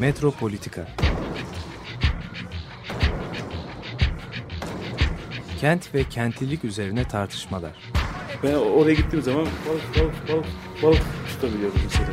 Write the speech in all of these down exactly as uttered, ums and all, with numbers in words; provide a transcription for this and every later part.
Metropolitika. Kent ve kentlilik üzerine tartışmalar. Ben oraya gittiğim zaman balık balık balık balık tutabiliyordum mesela.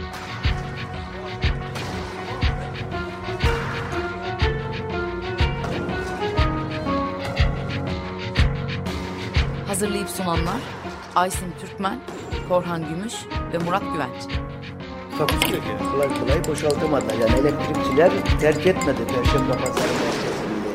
Hazırlayıp sunanlar Aysin Türkmen, Korhan Gümüş ve Murat Güvenç. Takusuyor yani. Kolay kolay boşaltamadılar. Yani elektrikçiler terk etmedi Perşembe Pazarı merkezinde.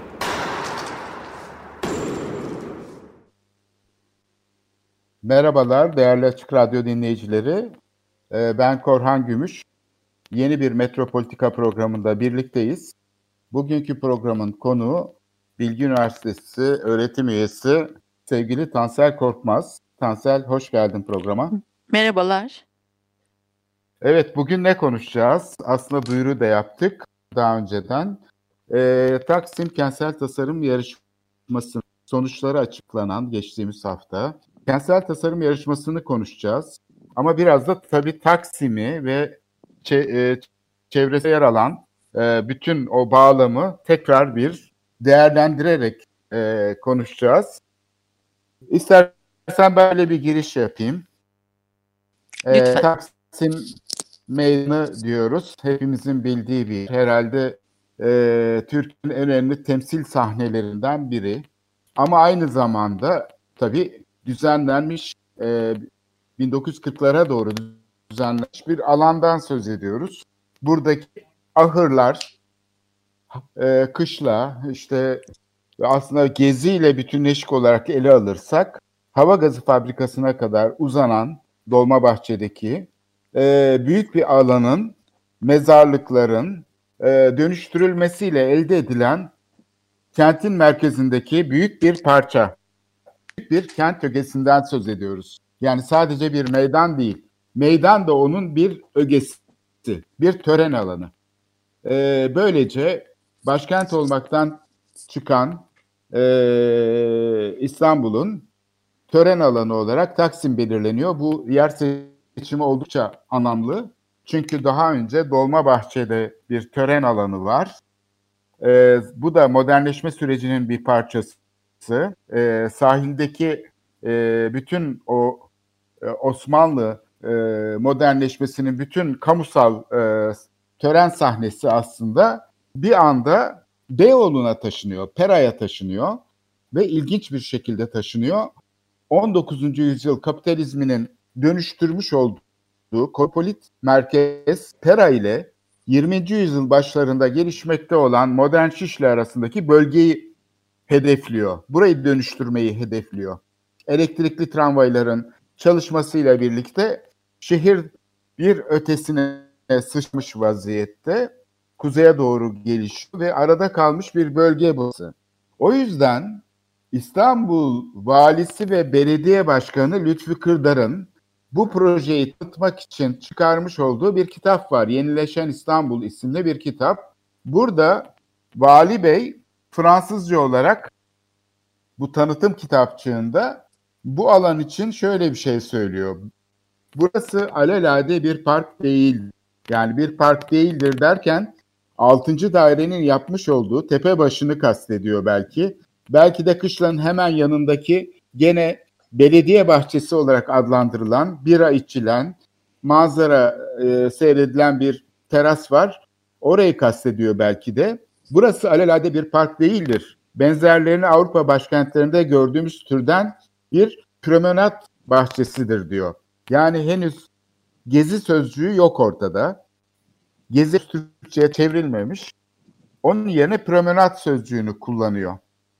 Merhabalar değerli Açık Radyo dinleyicileri. Ben Korhan Gümüş. Yeni bir Metropolitika programında birlikteyiz. Bugünkü programın konuğu Bilgi Üniversitesi öğretim üyesi sevgili Tansel Korkmaz. Tansel, hoş geldin programa. Merhabalar. Evet, bugün ne konuşacağız? Aslında duyuru da yaptık daha önceden. Ee, Taksim Kentsel Tasarım Yarışması sonuçları açıklanan geçtiğimiz hafta. Kentsel Tasarım Yarışması'nı konuşacağız. Ama biraz da tabii Taksim'i ve çe- e, çevresinde yer alan e, bütün o bağlamı tekrar bir değerlendirerek e, konuşacağız. İstersen böyle bir giriş yapayım. Lütfen. E, Taksim Meydanı diyoruz. Hepimizin bildiği bir, herhalde e, Türkiye'nin en önemli temsil sahnelerinden biri. Ama aynı zamanda tabii düzenlenmiş, e, bin dokuz yüz kırklara doğru düzenlenmiş bir alandan söz ediyoruz. Buradaki ahırlar, e, kışla, işte aslında geziyle bütünleşik olarak ele alırsak, hava gazı fabrikasına kadar uzanan Dolmabahçe'deki e, büyük bir alanın, mezarlıkların e, dönüştürülmesiyle elde edilen kentin merkezindeki büyük bir parça, büyük bir kent ögesinden söz ediyoruz. Yani sadece bir meydan değil, meydan da onun bir ögesi, bir tören alanı. E, böylece başkent olmaktan çıkan e, İstanbul'un tören alanı olarak Taksim belirleniyor. Bu yer seçimi oldukça anlamlı. Çünkü daha önce Dolmabahçe'de bir tören alanı var. Ee, bu da modernleşme sürecinin bir parçası. Ee, sahildeki e, bütün o e, Osmanlı e, modernleşmesinin bütün kamusal e, tören sahnesi aslında bir anda Beyoğlu'na taşınıyor, Pera'ya taşınıyor ve ilginç bir şekilde taşınıyor. on dokuzuncu yüzyıl kapitalizminin dönüştürmüş olduğu kozmopolit merkez Pera ile yirminci yüzyıl başlarında gelişmekte olan modern Şişli arasındaki bölgeyi hedefliyor. Burayı dönüştürmeyi hedefliyor. Elektrikli tramvayların çalışmasıyla birlikte şehir bir ötesine sıçmış vaziyette, kuzeye doğru gelişiyor ve arada kalmış bir bölge burası. O yüzden İstanbul Valisi ve Belediye Başkanı Lütfü Kırdar'ın bu projeyi tanıtmak için çıkarmış olduğu bir kitap var. Yenileşen İstanbul isimli bir kitap. Burada Vali Bey Fransızca olarak bu tanıtım kitapçığında bu alan için şöyle bir şey söylüyor. Burası alelade bir park değil. Yani bir park değildir derken altıncı dairenin yapmış olduğu tepe başını kastediyor belki. Belki de kışlanın hemen yanındaki gene belediye bahçesi olarak adlandırılan, bira içilen, manzara e, seyredilen bir teras var. Orayı kastediyor belki de. Burası alelade bir park değildir. Benzerlerini Avrupa başkentlerinde gördüğümüz türden bir promenat bahçesidir diyor. Yani henüz gezi sözcüğü yok ortada. Gezi Türkçe'ye çevrilmemiş. Onun yerine promenat sözcüğünü kullanıyor.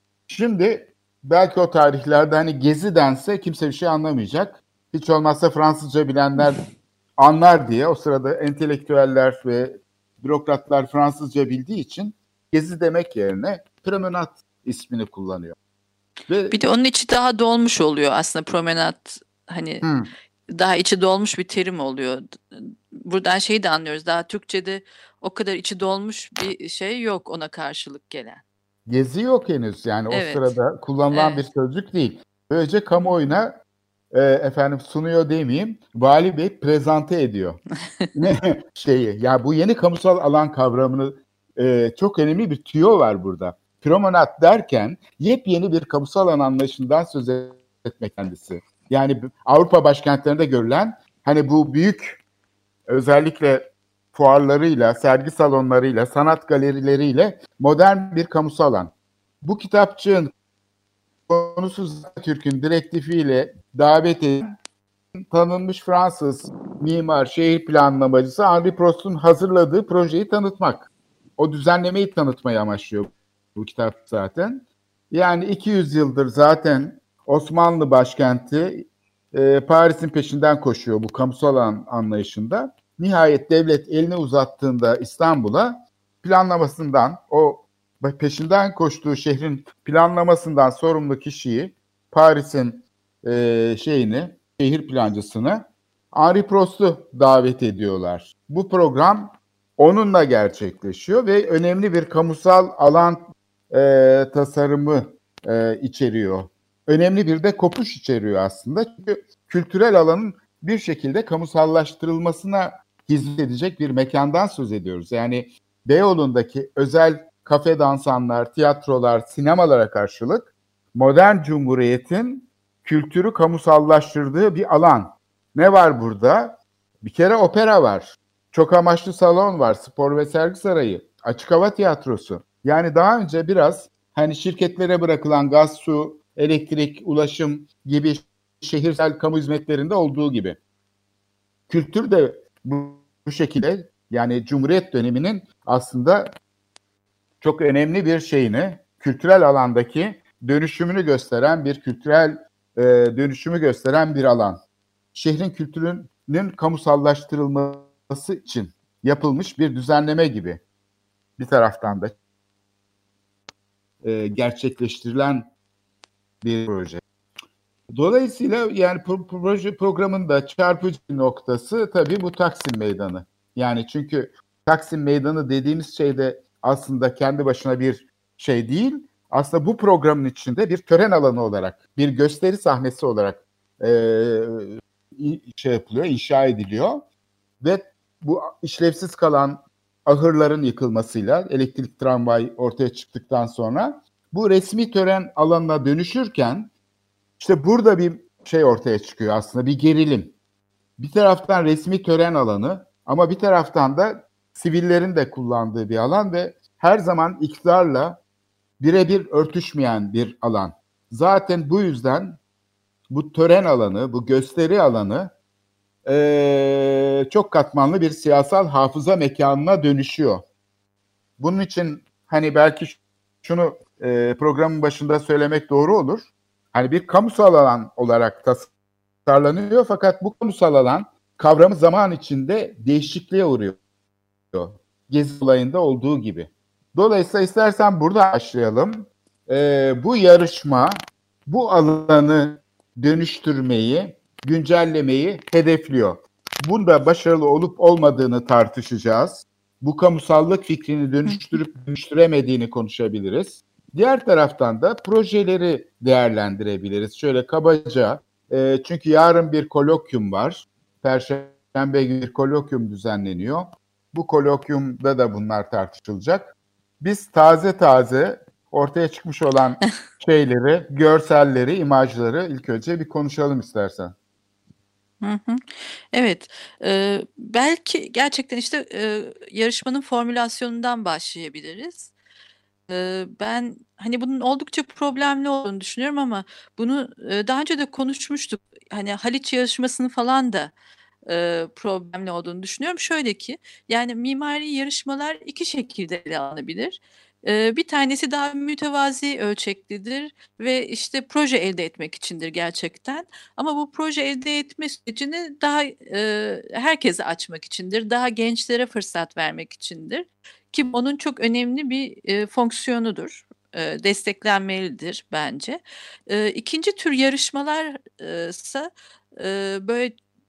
Şimdi belki o tarihlerde hani gezi dense kimse bir şey anlamayacak. Hiç olmazsa Fransızca bilenler anlar diye o sırada entelektüeller ve bürokratlar Fransızca bildiği için gezi demek yerine promenat ismini kullanıyor. Ve Bir de onun içi daha dolmuş oluyor aslında, promenat hani hmm, daha içi dolmuş bir terim oluyor. Buradan şeyi de anlıyoruz, daha Türkçe'de o kadar içi dolmuş bir şey yok ona karşılık gelen. gezi yok henüz, yani o Evet, sırada kullanılan bir evet. sözcük değil. Böylece kamuoyuna e, efendim sunuyor demeyeyim. Vali Bey prezente ediyor. Ne şeyi. Ya bu yeni kamusal alan kavramını e, çok önemli bir tüyo var burada. Promenat derken yepyeni bir kamusal alan anlayışından söz etmek kendisi. Yani Avrupa başkentlerinde görülen hani bu büyük özellikle fuarlarıyla, sergi salonlarıyla, sanat galerileriyle modern bir kamusal alan. Bu kitapçığın konusu Türk'ün direktifiyle davet edilen tanınmış Fransız mimar, şehir planlamacısı Henri Prost'un hazırladığı projeyi tanıtmak. O düzenlemeyi tanıtmayı amaçlıyor bu kitap zaten. Yani iki yüz yıldır zaten Osmanlı başkenti e, Paris'in peşinden koşuyor bu kamusal alan anlayışında. Nihayet devlet elini uzattığında İstanbul'a planlamasından, o peşinden koştuğu şehrin planlamasından sorumlu kişiyi, Paris'in e, şeyini, şehir plancısını, Henri Prost'u davet ediyorlar. Bu program onunla gerçekleşiyor ve önemli bir kamusal alan e, tasarımı e, içeriyor. Önemli bir de kopuş içeriyor aslında. Çünkü kültürel alanın bir şekilde kamusallaştırılmasına hizmet edecek bir mekandan söz ediyoruz. Yani Beyoğlu'ndaki özel kafe dansanlar, tiyatrolar, sinemalara karşılık modern cumhuriyetin kültürü kamusallaştırdığı bir alan. Ne var burada? Bir kere opera var. Çok amaçlı salon var. Spor ve sergi sarayı. Açık hava tiyatrosu. Yani daha önce biraz hani şirketlere bırakılan gaz, su, elektrik, ulaşım gibi şehirsel kamu hizmetlerinde olduğu gibi. Kültür de bu, bu şekilde yani Cumhuriyet döneminin aslında çok önemli bir şeyini, kültürel alandaki dönüşümünü gösteren bir kültürel e, dönüşümü gösteren bir alan. Şehrin kültürünün kamusallaştırılması için yapılmış bir düzenleme gibi bir taraftan da e, gerçekleştirilen bir proje. Dolayısıyla yani proje programın da çarpıcı noktası tabii bu Taksim Meydanı. Yani çünkü Taksim Meydanı dediğimiz şey de aslında kendi başına bir şey değil. Aslında bu programın içinde bir tören alanı olarak, bir gösteri sahnesi olarak e, şey yapılıyor, inşa ediliyor. Ve bu işlevsiz kalan ahırların yıkılmasıyla elektrik tramvay ortaya çıktıktan sonra bu resmi tören alanına dönüşürken işte burada bir şey ortaya çıkıyor aslında, bir gerilim. Bir taraftan resmi tören alanı ama bir taraftan da sivillerin de kullandığı bir alan ve her zaman iktidarla birebir örtüşmeyen bir alan. Zaten bu yüzden bu tören alanı, bu gösteri alanı ee, çok katmanlı bir siyasal hafıza mekanına dönüşüyor. Bunun için hani belki şunu e, programın başında söylemek doğru olur. Hani bir kamusal alan olarak tasarlanıyor fakat bu kamusal alan kavramı zaman içinde değişikliğe uğruyor. Gezi olayında olduğu gibi. Dolayısıyla istersen burada başlayalım. Ee, bu yarışma bu alanı dönüştürmeyi, güncellemeyi hedefliyor. Bunda başarılı olup olmadığını tartışacağız. Bu kamusallık fikrini dönüştürüp dönüştüremediğini konuşabiliriz. Diğer taraftan da projeleri değerlendirebiliriz. Şöyle kabaca, e, çünkü yarın bir kolokyum var. Perşembe günü bir kolokyum düzenleniyor. Bu kolokyumda da bunlar tartışılacak. Biz taze taze ortaya çıkmış olan şeyleri, görselleri, imajları ilk önce bir konuşalım istersen. Hı hı. Evet, eee, belki gerçekten işte eee, yarışmanın formülasyonundan başlayabiliriz. Eee, ben hani bunun oldukça problemli olduğunu düşünüyorum ama bunu eee, daha önce de konuşmuştuk. Hani Haliç yarışmasını falan da eee, problemli olduğunu düşünüyorum. Şöyle ki, yani mimari yarışmalar iki şekilde ele alınabilir. Eee, bir tanesi daha mütevazi ölçeklidir ve işte proje elde etmek içindir gerçekten. Ama bu proje elde etme sürecini daha eee, herkese açmak içindir, daha gençlere fırsat vermek içindir. Ki onun çok önemli bir eee, fonksiyonudur. Eee, desteklenmelidir bence. Eee, ikinci tür yarışmalar eee, ise eee, böyle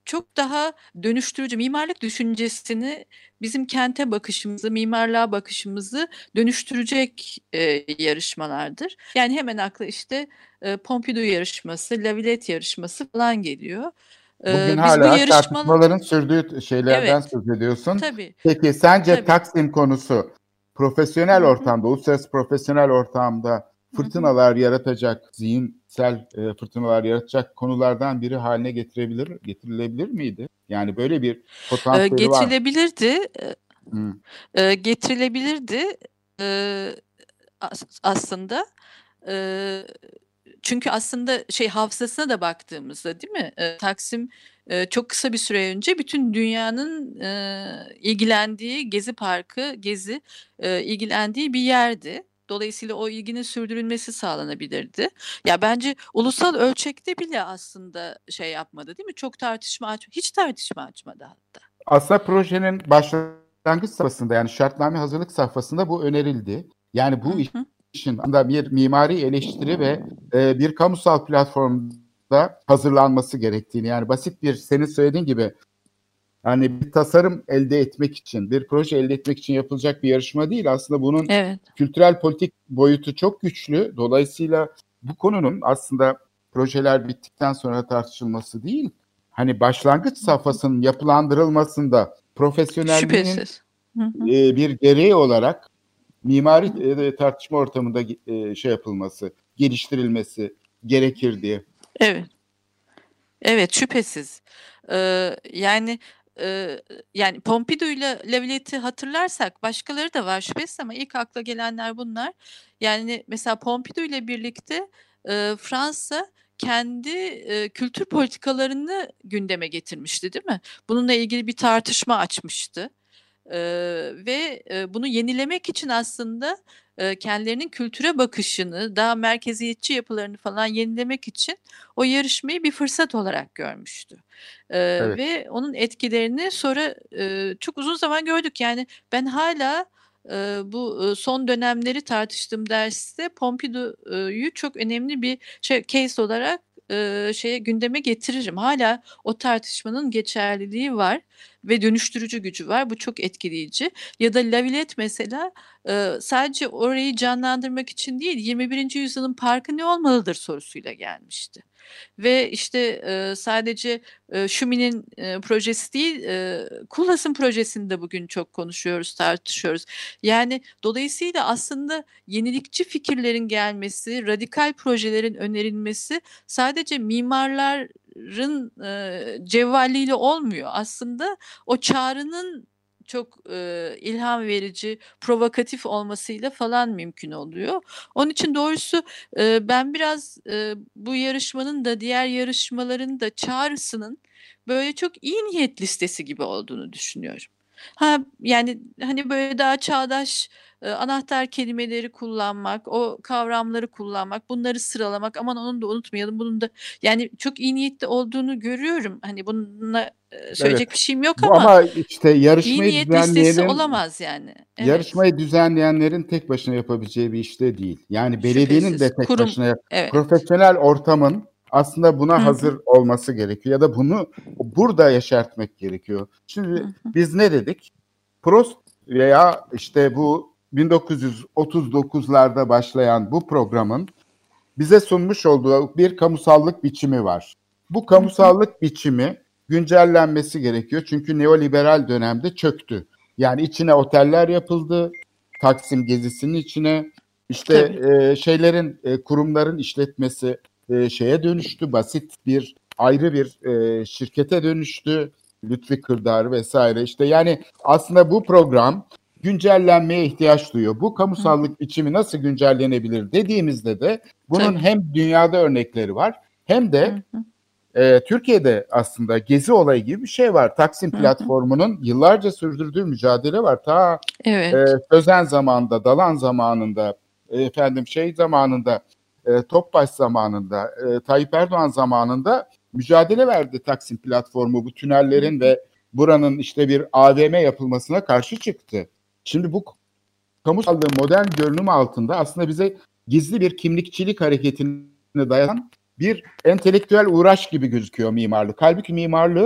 çok daha dönüştürücü, mimarlık düşüncesini, bizim kente bakışımızı, mimarlığa bakışımızı dönüştürecek e, yarışmalardır. Yani hemen akla işte e, Pompidou yarışması, La Villette yarışması falan geliyor. Bugün E, biz bu hala yarışmalı, tartışmaların sürdüğü şeylerden evet, söz ediyorsun. tabii, Peki sence tabii. Taksim konusu profesyonel Hı hı. ortamda, uluslararası profesyonel ortamda fırtınalar yaratacak, zihinsel e, fırtınalar yaratacak konulardan biri haline getirebilir, getirilebilir miydi? Yani böyle bir E, potansiyeli var mı? getirilebilirdi, e, Hı. e, getirilebilirdi e, as- aslında. E, Çünkü aslında şey hafızasına da baktığımızda, değil mi? E, Taksim e, çok kısa bir süre önce bütün dünyanın e, ilgilendiği Gezi Parkı, Gezi e, ilgilendiği bir yerdi. Dolayısıyla o ilginin sürdürülmesi sağlanabilirdi. Ya bence ulusal ölçekte bile aslında şey yapmadı, değil mi? Çok tartışma aç, hiç tartışma açmadı hatta. Aslında projenin başlangıç safhasında, yani şartname hazırlık safhasında bu önerildi. Yani bu Hı hı. işin aslında bir mimari eleştiri ve e, bir kamusal platformda hazırlanması gerektiğini, yani basit bir, senin söylediğin gibi hani bir tasarım elde etmek için, bir proje elde etmek için yapılacak bir yarışma değil. Aslında bunun Evet. kültürel politik boyutu çok güçlü. Dolayısıyla bu konunun aslında projeler bittikten sonra tartışılması değil, hani başlangıç safhasının yapılandırılmasında profesyonelliğin Şüphesiz. Hı hı. e, bir gereği olarak mimari e, tartışma ortamında e, şey yapılması, geliştirilmesi gerekir diye. Evet. Evet, şüphesiz. Eee, yani eee, yani Pompidou ile La Villette'i hatırlarsak başkaları da var şüphesiz ama ilk akla gelenler bunlar. Yani mesela Pompidou ile birlikte eee, Fransa kendi eee, kültür politikalarını gündeme getirmişti, değil mi? Bununla ilgili bir tartışma açmıştı. Eee, ve eee, bunu yenilemek için aslında eee, kendilerinin kültüre bakışını, daha merkeziyetçi yapılarını falan yenilemek için o yarışmayı bir fırsat olarak görmüştü. Eee, Evet. ve onun etkilerini sonra eee, çok uzun zaman gördük. Yani ben hala eee, bu eee, son dönemleri tartıştığım derste Pompidou'yu çok önemli bir şey, case olarak eee, şeye gündeme getiririm. Hala o tartışmanın geçerliliği var ve dönüştürücü gücü var. Bu çok etkileyici. Ya da La Villette mesela e, sadece orayı canlandırmak için değil, yirmi birinci yüzyılın parkı ne olmalıdır sorusuyla gelmişti. Ve işte e, sadece e, Şumi'nin e, projesi değil, e, Kulhas'ın projesini de bugün çok konuşuyoruz, tartışıyoruz. Yani dolayısıyla aslında yenilikçi fikirlerin gelmesi, radikal projelerin önerilmesi sadece mimarların e, cevvalliyle olmuyor. Aslında o çağrının çok e, ilham verici, provokatif olmasıyla falan mümkün oluyor. Onun için doğrusu e, ben biraz e, bu yarışmanın da diğer yarışmaların da çağrısının böyle çok iyi niyet listesi gibi olduğunu düşünüyorum. Ha yani hani böyle daha çağdaş e, anahtar kelimeleri kullanmak, o kavramları kullanmak, bunları sıralamak, aman onu da unutmayalım, bunun da yani çok iyi niyetli olduğunu görüyorum. Hani bununla e, söyleyecek Evet. bir şeyim yok Bu ama ama işte iyi yarışmayı niyet listesi düzenleyenin olamaz yani. Evet, yarışmayı düzenleyenlerin tek başına yapabileceği bir iş de değil. Yani belediyenin şüphesiz. de tek Kurum, başına, evet. profesyonel ortamın aslında buna Hı hı, hazır olması gerekiyor ya da bunu burada yaşartmak gerekiyor. hı Şimdi hı, biz ne dedik? Prost veya işte bu bin dokuz yüz otuz dokuzlarda başlayan bu programın bize sunmuş olduğu bir kamusallık biçimi var. Bu hı hı, kamusallık biçimi güncellenmesi gerekiyor. Çünkü neoliberal dönemde çöktü. Yani içine oteller yapıldı. Taksim gezisinin içine işte tabii. e, şeylerin e, kurumların işletmesi e, şeye dönüştü. Basit bir ayrı bir e, şirkete dönüştü. Lütfi Kırdar vesaire. İşte yani aslında bu program güncellenmeye ihtiyaç duyuyor. Bu Hı hı, kamusallık biçimi nasıl güncellenebilir dediğimizde de bunun tabii. hem dünyada örnekleri var hem de Hı hı, e, Türkiye'de aslında gezi olayı gibi bir şey var. Taksim hı hı. platformunun yıllarca sürdürdüğü mücadele var. Ta e, Evet. Sözen zamanında, Dalan zamanında, e, efendim şey zamanında, e, Topbaş zamanında, e, Tayyip Erdoğan zamanında mücadele verdi Taksim platformu. Bu Hı tünellerin hı, ve buranın işte bir A V M yapılmasına karşı çıktı. Şimdi bu kamusallığın modern görünümü altında aslında bize gizli bir kimlikçilik hareketine dayanan bir entelektüel uğraş gibi gözüküyor mimarlık. Halbuki mimarlığın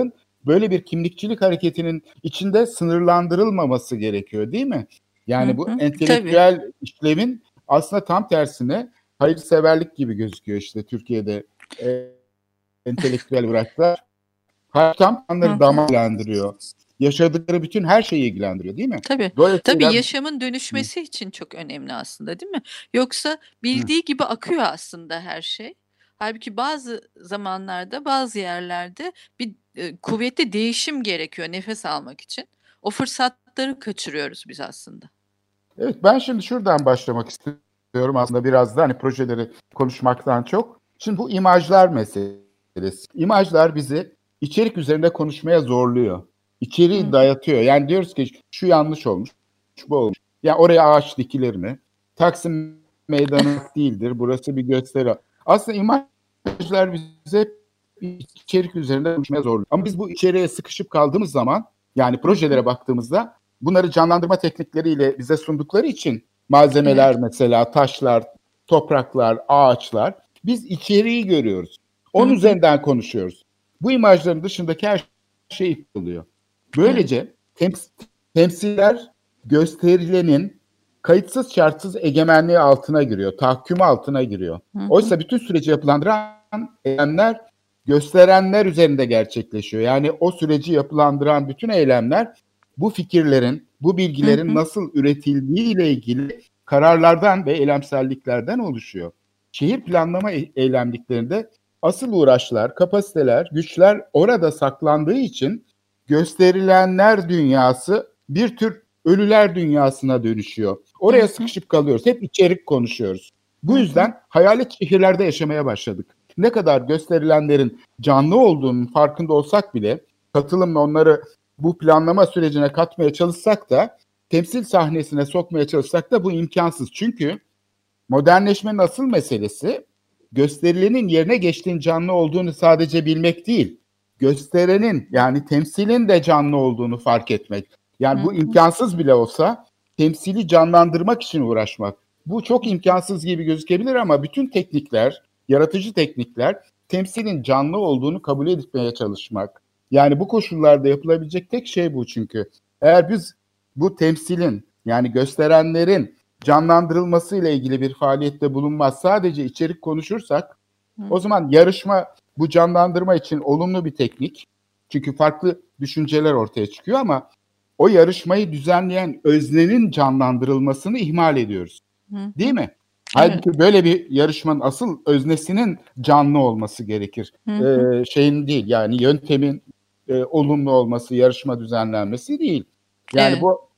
böyle bir kimlikçilik hareketinin içinde sınırlandırılmaması gerekiyor, değil mi? Yani Hı bu hı. Tabii. entelektüel işlevin aslında tam tersine hayırseverlik gibi gözüküyor işte Türkiye'de e, entelektüel bıraktılar. Tam Hı onları hı. damarlandırıyor. Yaşadıkları bütün her şeyi ilgilendiriyor, değil mi? Tabii. Tabii Dolayısıyla yaşamın Hı, dönüşmesi için çok önemli aslında, değil mi? Yoksa hı, bildiği gibi akıyor aslında her şey. Halbuki bazı zamanlarda, bazı yerlerde bir e, kuvvetli değişim gerekiyor nefes almak için. O fırsatları kaçırıyoruz biz aslında. Evet, ben şimdi şuradan başlamak istiyorum aslında biraz da hani projeleri konuşmaktan çok. Şimdi bu imajlar meselesi. İmajlar bizi içerik üzerinde konuşmaya zorluyor. Hı İçeriği hı. dayatıyor. Yani diyoruz ki şu yanlış olmuş, bu olmuş. Ya oraya ağaç dikilir mi? Taksim Meydanı değildir. Burası bir gösteri. Aslında imajlar bize hep içerik üzerinde konuşmaya zorluyor. Ama biz bu içeriğe sıkışıp kaldığımız zaman yani Hı hı. projelere baktığımızda bunları canlandırma teknikleriyle bize sundukları için Evet. malzemeler mesela taşlar, topraklar, ağaçlar biz içeriği görüyoruz. Hı Onun hı. üzerinden konuşuyoruz. Bu imajların dışındaki her şey iptalaıyor. Evet. Böylece tems- temsiller gösterilenin kayıtsız şartsız egemenliği altına giriyor, tahakkümü altına giriyor. Hı hı. Oysa bütün süreci yapılandıran eylemler gösterenler üzerinde gerçekleşiyor. Yani o süreci yapılandıran bütün eylemler bu fikirlerin, bu Hı bilgilerin hı. nasıl üretildiği ile ilgili kararlardan ve eylemselliklerden oluşuyor. Şehir planlama e- eylemliklerinde asıl uğraşlar, kapasiteler, güçler orada saklandığı için gösterilenler dünyası bir tür ölüler dünyasına dönüşüyor. Hı Oraya hı. sıkışıp kalıyoruz. Hep içerik konuşuyoruz. Hı Bu hı. yüzden hayalet şehirlerde yaşamaya başladık. Ne kadar gösterilenlerin canlı olduğunun farkında olsak bile katılımla onları bu planlama sürecine katmaya çalışsak da temsil sahnesine sokmaya çalışsak da bu imkansız. Çünkü modernleşmenin asıl meselesi gösterilenin yerine geçtiğin canlı olduğunu sadece bilmek değil, gösterenin yani temsilin de canlı olduğunu fark etmek. Yani Hı bu hı. imkansız bile olsa temsili canlandırmak için uğraşmak. Bu çok imkansız gibi gözükebilir ama bütün teknikler, yaratıcı teknikler temsilin canlı olduğunu kabul etmeye çalışmak. Yani bu koşullarda yapılabilecek tek şey bu çünkü. Eğer biz bu temsilin yani gösterenlerin canlandırılması ile ilgili bir faaliyette bulunmaz, sadece içerik konuşursak Hı o hı. zaman yarışma bu canlandırma için olumlu bir teknik. Çünkü farklı düşünceler ortaya çıkıyor ama o yarışmayı düzenleyen öznenin canlandırılmasını ihmal ediyoruz. Hı Değil hı. mi? Evet. Halbuki böyle bir yarışmanın asıl öznesinin canlı olması gerekir. Hı hı. Ee, şeyin değil yani yöntemin e, olumlu olması, yarışma düzenlenmesi değil. Yani Evet. bu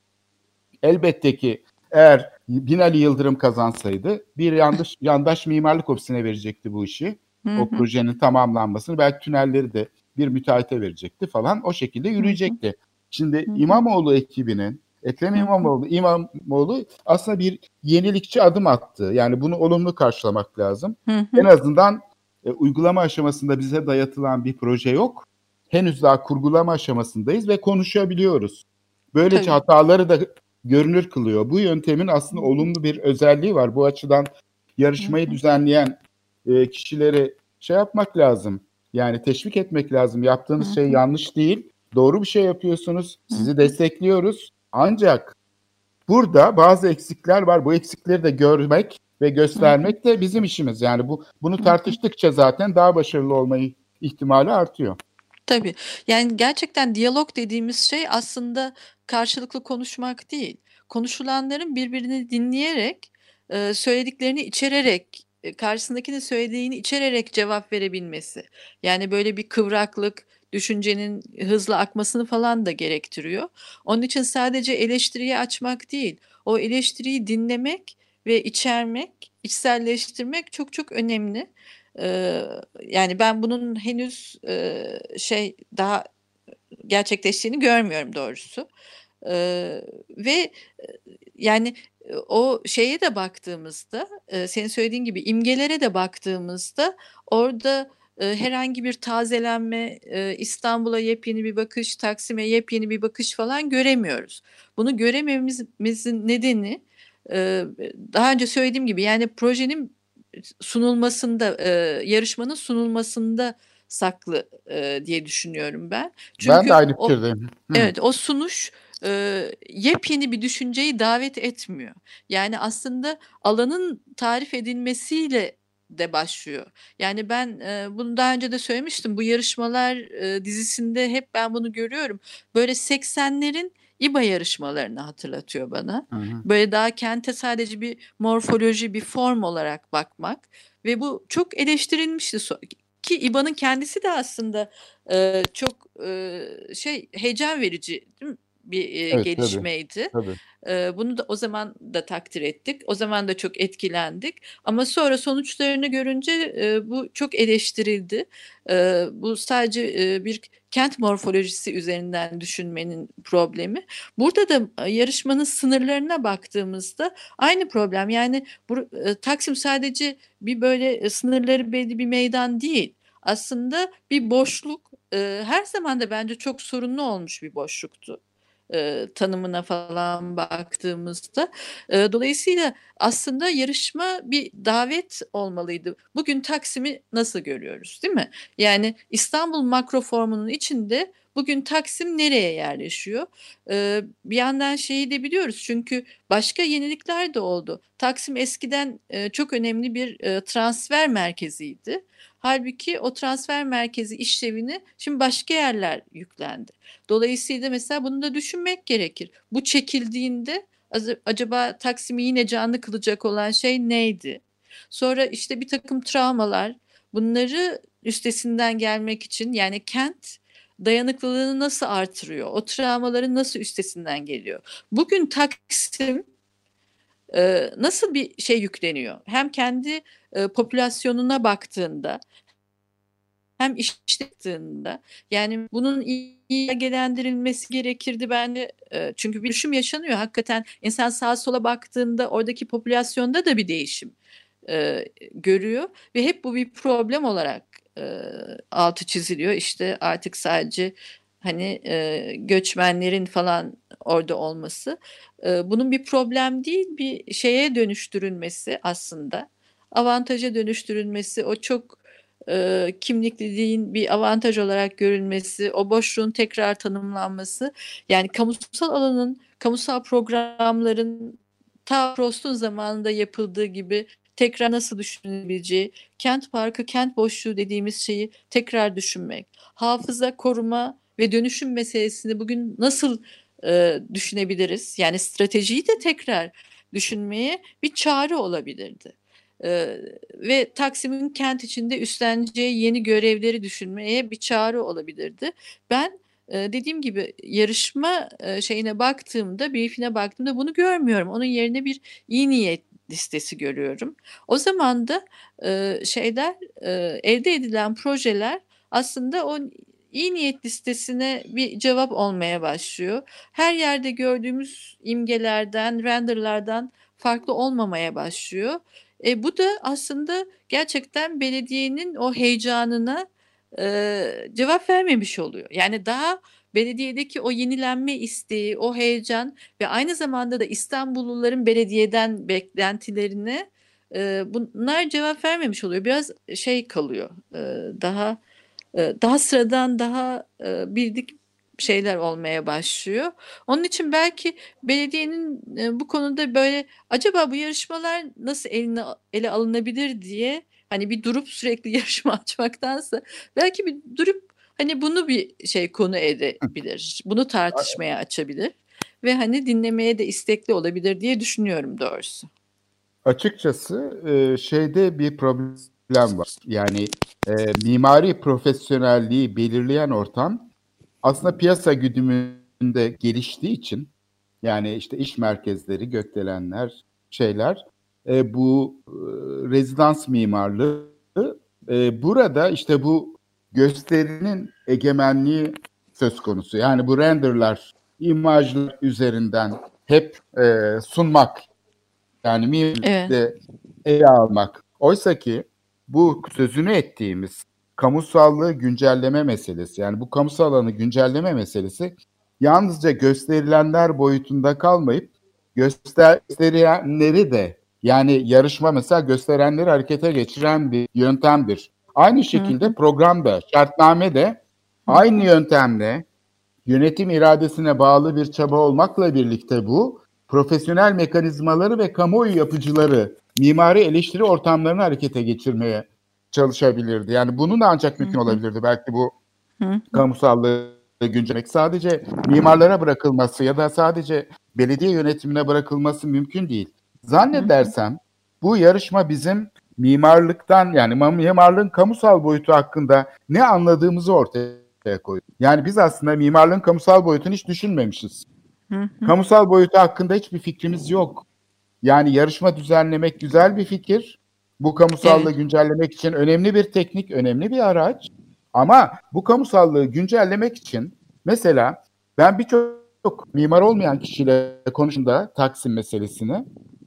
elbette ki eğer Binali Yıldırım kazansaydı bir yandaş, yandaş mimarlık ofisine verecekti bu işi. Hı O hı. projenin tamamlanmasını belki tünelleri de bir müteahhite verecekti falan. O şekilde Hı hı. yürüyecekti. Şimdi Hı hı. İmamoğlu ekibinin, Ekrem Hı hı. İmamoğlu, İmamoğlu aslında bir yenilikçi adım attı. Yani bunu olumlu karşılamak lazım. Hı En hı. azından e, uygulama aşamasında bize dayatılan bir proje yok. Henüz daha kurgulama aşamasındayız ve konuşabiliyoruz. Böylece Tabii. hataları da görünür kılıyor. Bu yöntemin Hı aslında hı. olumlu bir özelliği var. Bu açıdan Hı yarışmayı hı. düzenleyen e, kişileri şey yapmak lazım. Yani teşvik etmek lazım. Hı Yaptığınız şey hı. yanlış değil. Doğru bir şey yapıyorsunuz. Hı Sizi hı. destekliyoruz. Ancak burada bazı eksikler var. Bu eksikleri de görmek ve Hı hı. göstermek de bizim işimiz. Yani bu bunu Hı hı. tartıştıkça zaten daha başarılı olma ihtimali artıyor. Tabii. Yani gerçekten diyalog dediğimiz şey aslında karşılıklı konuşmak değil. Konuşulanların birbirini dinleyerek, eee, söylediklerini içererek, eee, karşısındakinin söylediğini içererek cevap verebilmesi. Yani böyle bir kıvraklık, düşüncenin hızlı akmasını falan da gerektiriyor. Onun için sadece eleştiriye açmak değil, o eleştiriyi dinlemek ve içermek, içselleştirmek çok çok önemli. Eee, yani ben bunun henüz, eee, şey, daha gerçekleştiğini görmüyorum doğrusu. Eee, ve, eee, yani, eee, o şeye de baktığımızda, eee, senin söylediğin gibi imgelere de baktığımızda orada, eee, herhangi bir tazelenme, eee, İstanbul'a yepyeni bir bakış, Taksim'e yepyeni bir bakış falan göremiyoruz. Bunu göremememizin nedeni, eee, daha önce söylediğim gibi, yani projenin sunulmasında, eee, yarışmanın sunulmasında saklı e, diye düşünüyorum ben. Ben Çünkü de aynı o fikirdeyim. Hı. evet o sunuş e, yepyeni bir düşünceyi davet etmiyor. Yani aslında alanın tarif edilmesiyle de başlıyor. Yani ben e, bunu daha önce de söylemiştim. Bu yarışmalar e, dizisinde hep ben bunu görüyorum. Böyle seksenlerin İBA yarışmalarını hatırlatıyor bana. Hı hı. Böyle daha kente sadece bir morfoloji, bir form olarak bakmak ve bu çok eleştirilmişti. So- Ki İBA'nın kendisi de aslında e, çok e, şey heyecan verici değil mi? Bir e, Evet, tabii, gelişmeydi. tabii. E, bunu da o zaman da takdir ettik. O zaman da çok etkilendik. Ama sonra sonuçlarını görünce e, bu çok eleştirildi. E, bu sadece e, bir kent morfolojisi üzerinden düşünmenin problemi. Burada da e, yarışmanın sınırlarına baktığımızda aynı problem. Yani bu, e, Taksim sadece bir böyle e, sınırları belli bir meydan değil. Aslında bir boşluk e, her zaman da bence çok sorunlu olmuş bir boşluktu. E, tanımına falan baktığımızda. E, dolayısıyla aslında yarışma bir davet olmalıydı. Bugün Taksim'i nasıl görüyoruz, değil mi? Yani İstanbul makroformunun içinde bugün Taksim nereye yerleşiyor? E, bir yandan şeyi de biliyoruz çünkü başka yenilikler de oldu. Taksim eskiden e, çok önemli bir e, transfer merkeziydi. Halbuki o transfer merkezi işlevini şimdi başka yerler yüklendi. Dolayısıyla mesela bunu da düşünmek gerekir. Bu çekildiğinde az- acaba Taksim'i yine canlı kılacak olan şey neydi? Sonra işte bir takım travmalar, bunları üstesinden gelmek için yani kent dayanıklılığını nasıl artırıyor? O travmaların nasıl üstesinden geliyor? Bugün Taksim e, nasıl bir şey yükleniyor? Hem kendi e, popülasyonuna baktığında hem işlettiğinde yani bunun iyi ilgilendirilmesi gerekirdi bence. E, çünkü bir düşüm yaşanıyor. Hakikaten insan sağa sola baktığında oradaki popülasyonda da bir değişim e, görüyor ve hep bu bir problem olarak e, altı çiziliyor. İşte artık sadece hani e, göçmenlerin falan orada olması e, bunun bir problem değil, bir şeye dönüştürülmesi aslında. Avantaja dönüştürülmesi, o çok e, kimlikliliğin bir avantaj olarak görülmesi, o boşluğun tekrar tanımlanması, yani kamusal alanın, kamusal programların ta Prost'un zamanında yapıldığı gibi tekrar nasıl düşünülebileceği, kent parkı, kent boşluğu dediğimiz şeyi tekrar düşünmek, hafıza, koruma ve dönüşüm meselesini bugün nasıl e, düşünebiliriz? Yani stratejiyi de tekrar düşünmeye bir çağrı olabilirdi. Ee, ve Taksim'in kent içinde üstleneceği yeni görevleri düşünmeye bir çağrı olabilirdi. Ben e, dediğim gibi yarışma e, şeyine baktığımda, briefine baktığımda bunu görmüyorum. Onun yerine bir iyi niyet listesi görüyorum. O zaman da e, şeyler e, elde edilen projeler aslında o iyi niyet listesine bir cevap olmaya başlıyor. Her yerde gördüğümüz imgelerden, renderlardan farklı olmamaya başlıyor. E, bu da aslında gerçekten belediyenin o heyecanına e, cevap vermemiş oluyor. Yani daha belediyedeki o yenilenme isteği, o heyecan ve aynı zamanda da İstanbulluların belediyeden beklentilerine e, bunlar cevap vermemiş oluyor. Biraz şey kalıyor, e, daha e, daha sıradan, daha e, bildik şeyler olmaya başlıyor. Onun için belki belediyenin e, bu konuda böyle acaba bu yarışmalar nasıl eline ele alınabilir diye hani bir durup sürekli yarışma açmaktansa belki bir durup hani bunu bir şey konu edebilir. Bunu tartışmaya açabilir ve hani dinlemeye de istekli olabilir diye düşünüyorum doğrusu. Açıkçası e, şeyde bir problem var. Yani e, mimari profesyonelliği belirleyen ortam aslında piyasa güdümünde geliştiği için, yani işte iş merkezleri, gökdelenler, şeyler, e, bu e, rezidans mimarlığı e, burada işte bu gösterinin egemenliği söz konusu. Yani bu renderlar, imajlar üzerinden hep e, sunmak, yani Evet. mimaride ele almak. Oysa ki bu sözünü ettiğimiz kamusallığı güncelleme meselesi, yani bu kamusal alanı güncelleme meselesi yalnızca gösterilenler boyutunda kalmayıp gösterilenleri de, yani yarışma mesela gösterenleri harekete geçiren bir yöntemdir. Aynı Hı şekilde hı. programda, şartnamede Hı aynı hı. yöntemle yönetim iradesine bağlı bir çaba olmakla birlikte bu profesyonel mekanizmaları ve kamuoyu yapıcıları mimari eleştiri ortamlarını harekete geçirmeye çalışabilirdi. Yani bunun da ancak Hı mümkün hı. olabilirdi. Belki bu Hı hı. kamusallığı güncellemek sadece mimarlara bırakılması ya da sadece belediye yönetimine bırakılması mümkün değil. Hı hı. Zannedersem bu yarışma bizim mimarlıktan yani ma- mimarlığın kamusal boyutu hakkında ne anladığımızı ortaya koyuyor. Yani biz aslında mimarlığın kamusal boyutunu hiç düşünmemişiz. Hı hı. Kamusal boyutu hakkında hiçbir fikrimiz yok. Yani yarışma düzenlemek güzel bir fikir. Bu kamusallığı Evet. güncellemek için önemli bir teknik, önemli bir araç. Ama bu kamusallığı güncellemek için mesela ben birçok mimar olmayan kişiyle konuştuğumda Taksim meselesini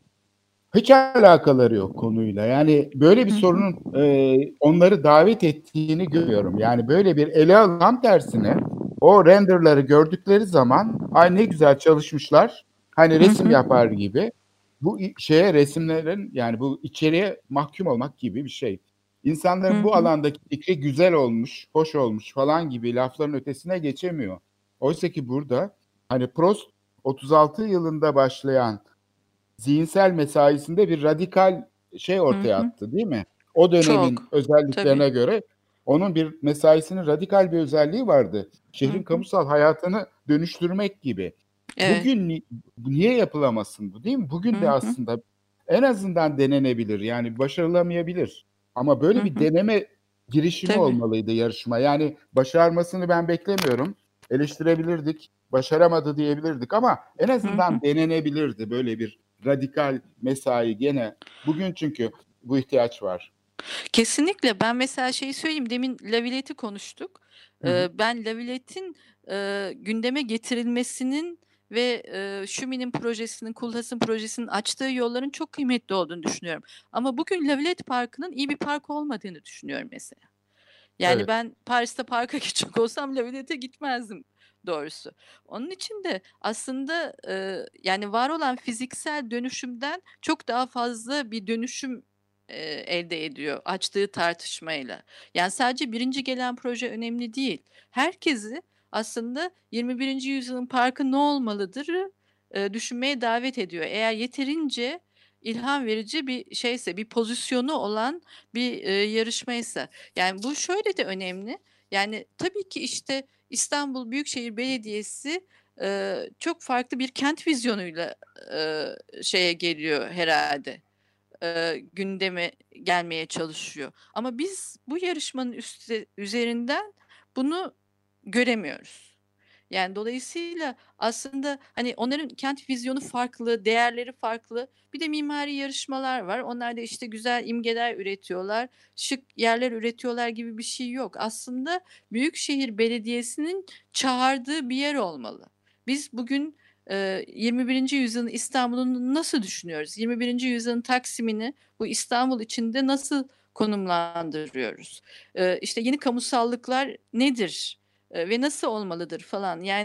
hiç alakaları yok konuyla. Yani böyle bir Hı hı. sorunun e, onları davet ettiğini görüyorum. Yani böyle bir ele al tam tersine o renderları gördükleri zaman ay ne güzel çalışmışlar. Hani Hı resim hı. yapar gibi. Bu i- şeye resimlerin yani bu içeriye mahkum olmak gibi bir şey. Hı İnsanların bu hı. alandaki fikri güzel olmuş, hoş olmuş falan gibi lafların ötesine geçemiyor. Oysa ki burada hani Prost otuz altı yılında başlayan zihinsel mesaisinde bir radikal şey Hı ortaya hı. attı değil mi? O dönemin Çok. Tabii. özelliklerine göre onun bir mesaisinin radikal bir özelliği vardı. Hı Şehrin hı. kamusal hayatını dönüştürmek gibi. Evet. Bugün ni- niye yapılamasın bu değil mi? Hı Bugün de hı. aslında en azından denenebilir. Yani başarılamayabilir. Ama Hı böyle bir hı. deneme girişimi Tabii. olmalıydı yarışma. Yani başarmasını ben beklemiyorum. Eleştirebilirdik, başaramadı diyebilirdik ama en Hı hı. azından denenebilirdi böyle bir radikal mesai gene. Bugün çünkü bu ihtiyaç var. Kesinlikle. Ben mesela şeyi söyleyeyim, demin Lavilette'i konuştuk. Hı hı. Eee, ben Lavilette'in, eee, gündeme getirilmesinin ve, eee, Şumi'nin projesinin, Kulhas'ın projesinin açtığı yolların çok kıymetli olduğunu düşünüyorum. Ama bugün Lavilette Parkı'nın iyi bir park olmadığını düşünüyorum mesela. Yani Evet. ben Paris'te parka gidecek olsam Lavilette'e gitmezdim doğrusu. Onun için de aslında, eee, yani var olan fiziksel dönüşümden çok daha fazla bir dönüşüm, eee, elde ediyor açtığı tartışmayla. Yani sadece birinci gelen proje önemli değil. Herkesi aslında yirmi birinci yüzyılın parkı ne olmalıdırı, eee, düşünmeye davet ediyor. Eğer yeterince ilham verici bir şeyse, bir pozisyonu olan bir, eee, yarışmaysa. Yani bu şöyle de önemli. Yani tabii ki işte İstanbul Büyükşehir Belediyesi eee, çok farklı bir kent vizyonuyla eee, şeye geliyor herhalde. Eee, gündeme gelmeye çalışıyor. Ama biz bu yarışmanın üste, üzerinden bunu göremiyoruz. Yani dolayısıyla aslında hani onların kent vizyonu farklı, değerleri farklı. Bir de mimari yarışmalar var. Onlar da işte güzel imgeler üretiyorlar, şık yerler üretiyorlar gibi bir şey yok. Aslında Büyükşehir Belediyesi'nin çağırdığı bir yer olmalı. Biz bugün e, yirmi birinci yüzyılın İstanbul'unu nasıl düşünüyoruz? yirmi birinci yüzyılın Taksim'ini bu İstanbul içinde nasıl konumlandırıyoruz? E, işte yeni kamusallıklar nedir? Eee, ve nasıl olmalıdır falan. Yani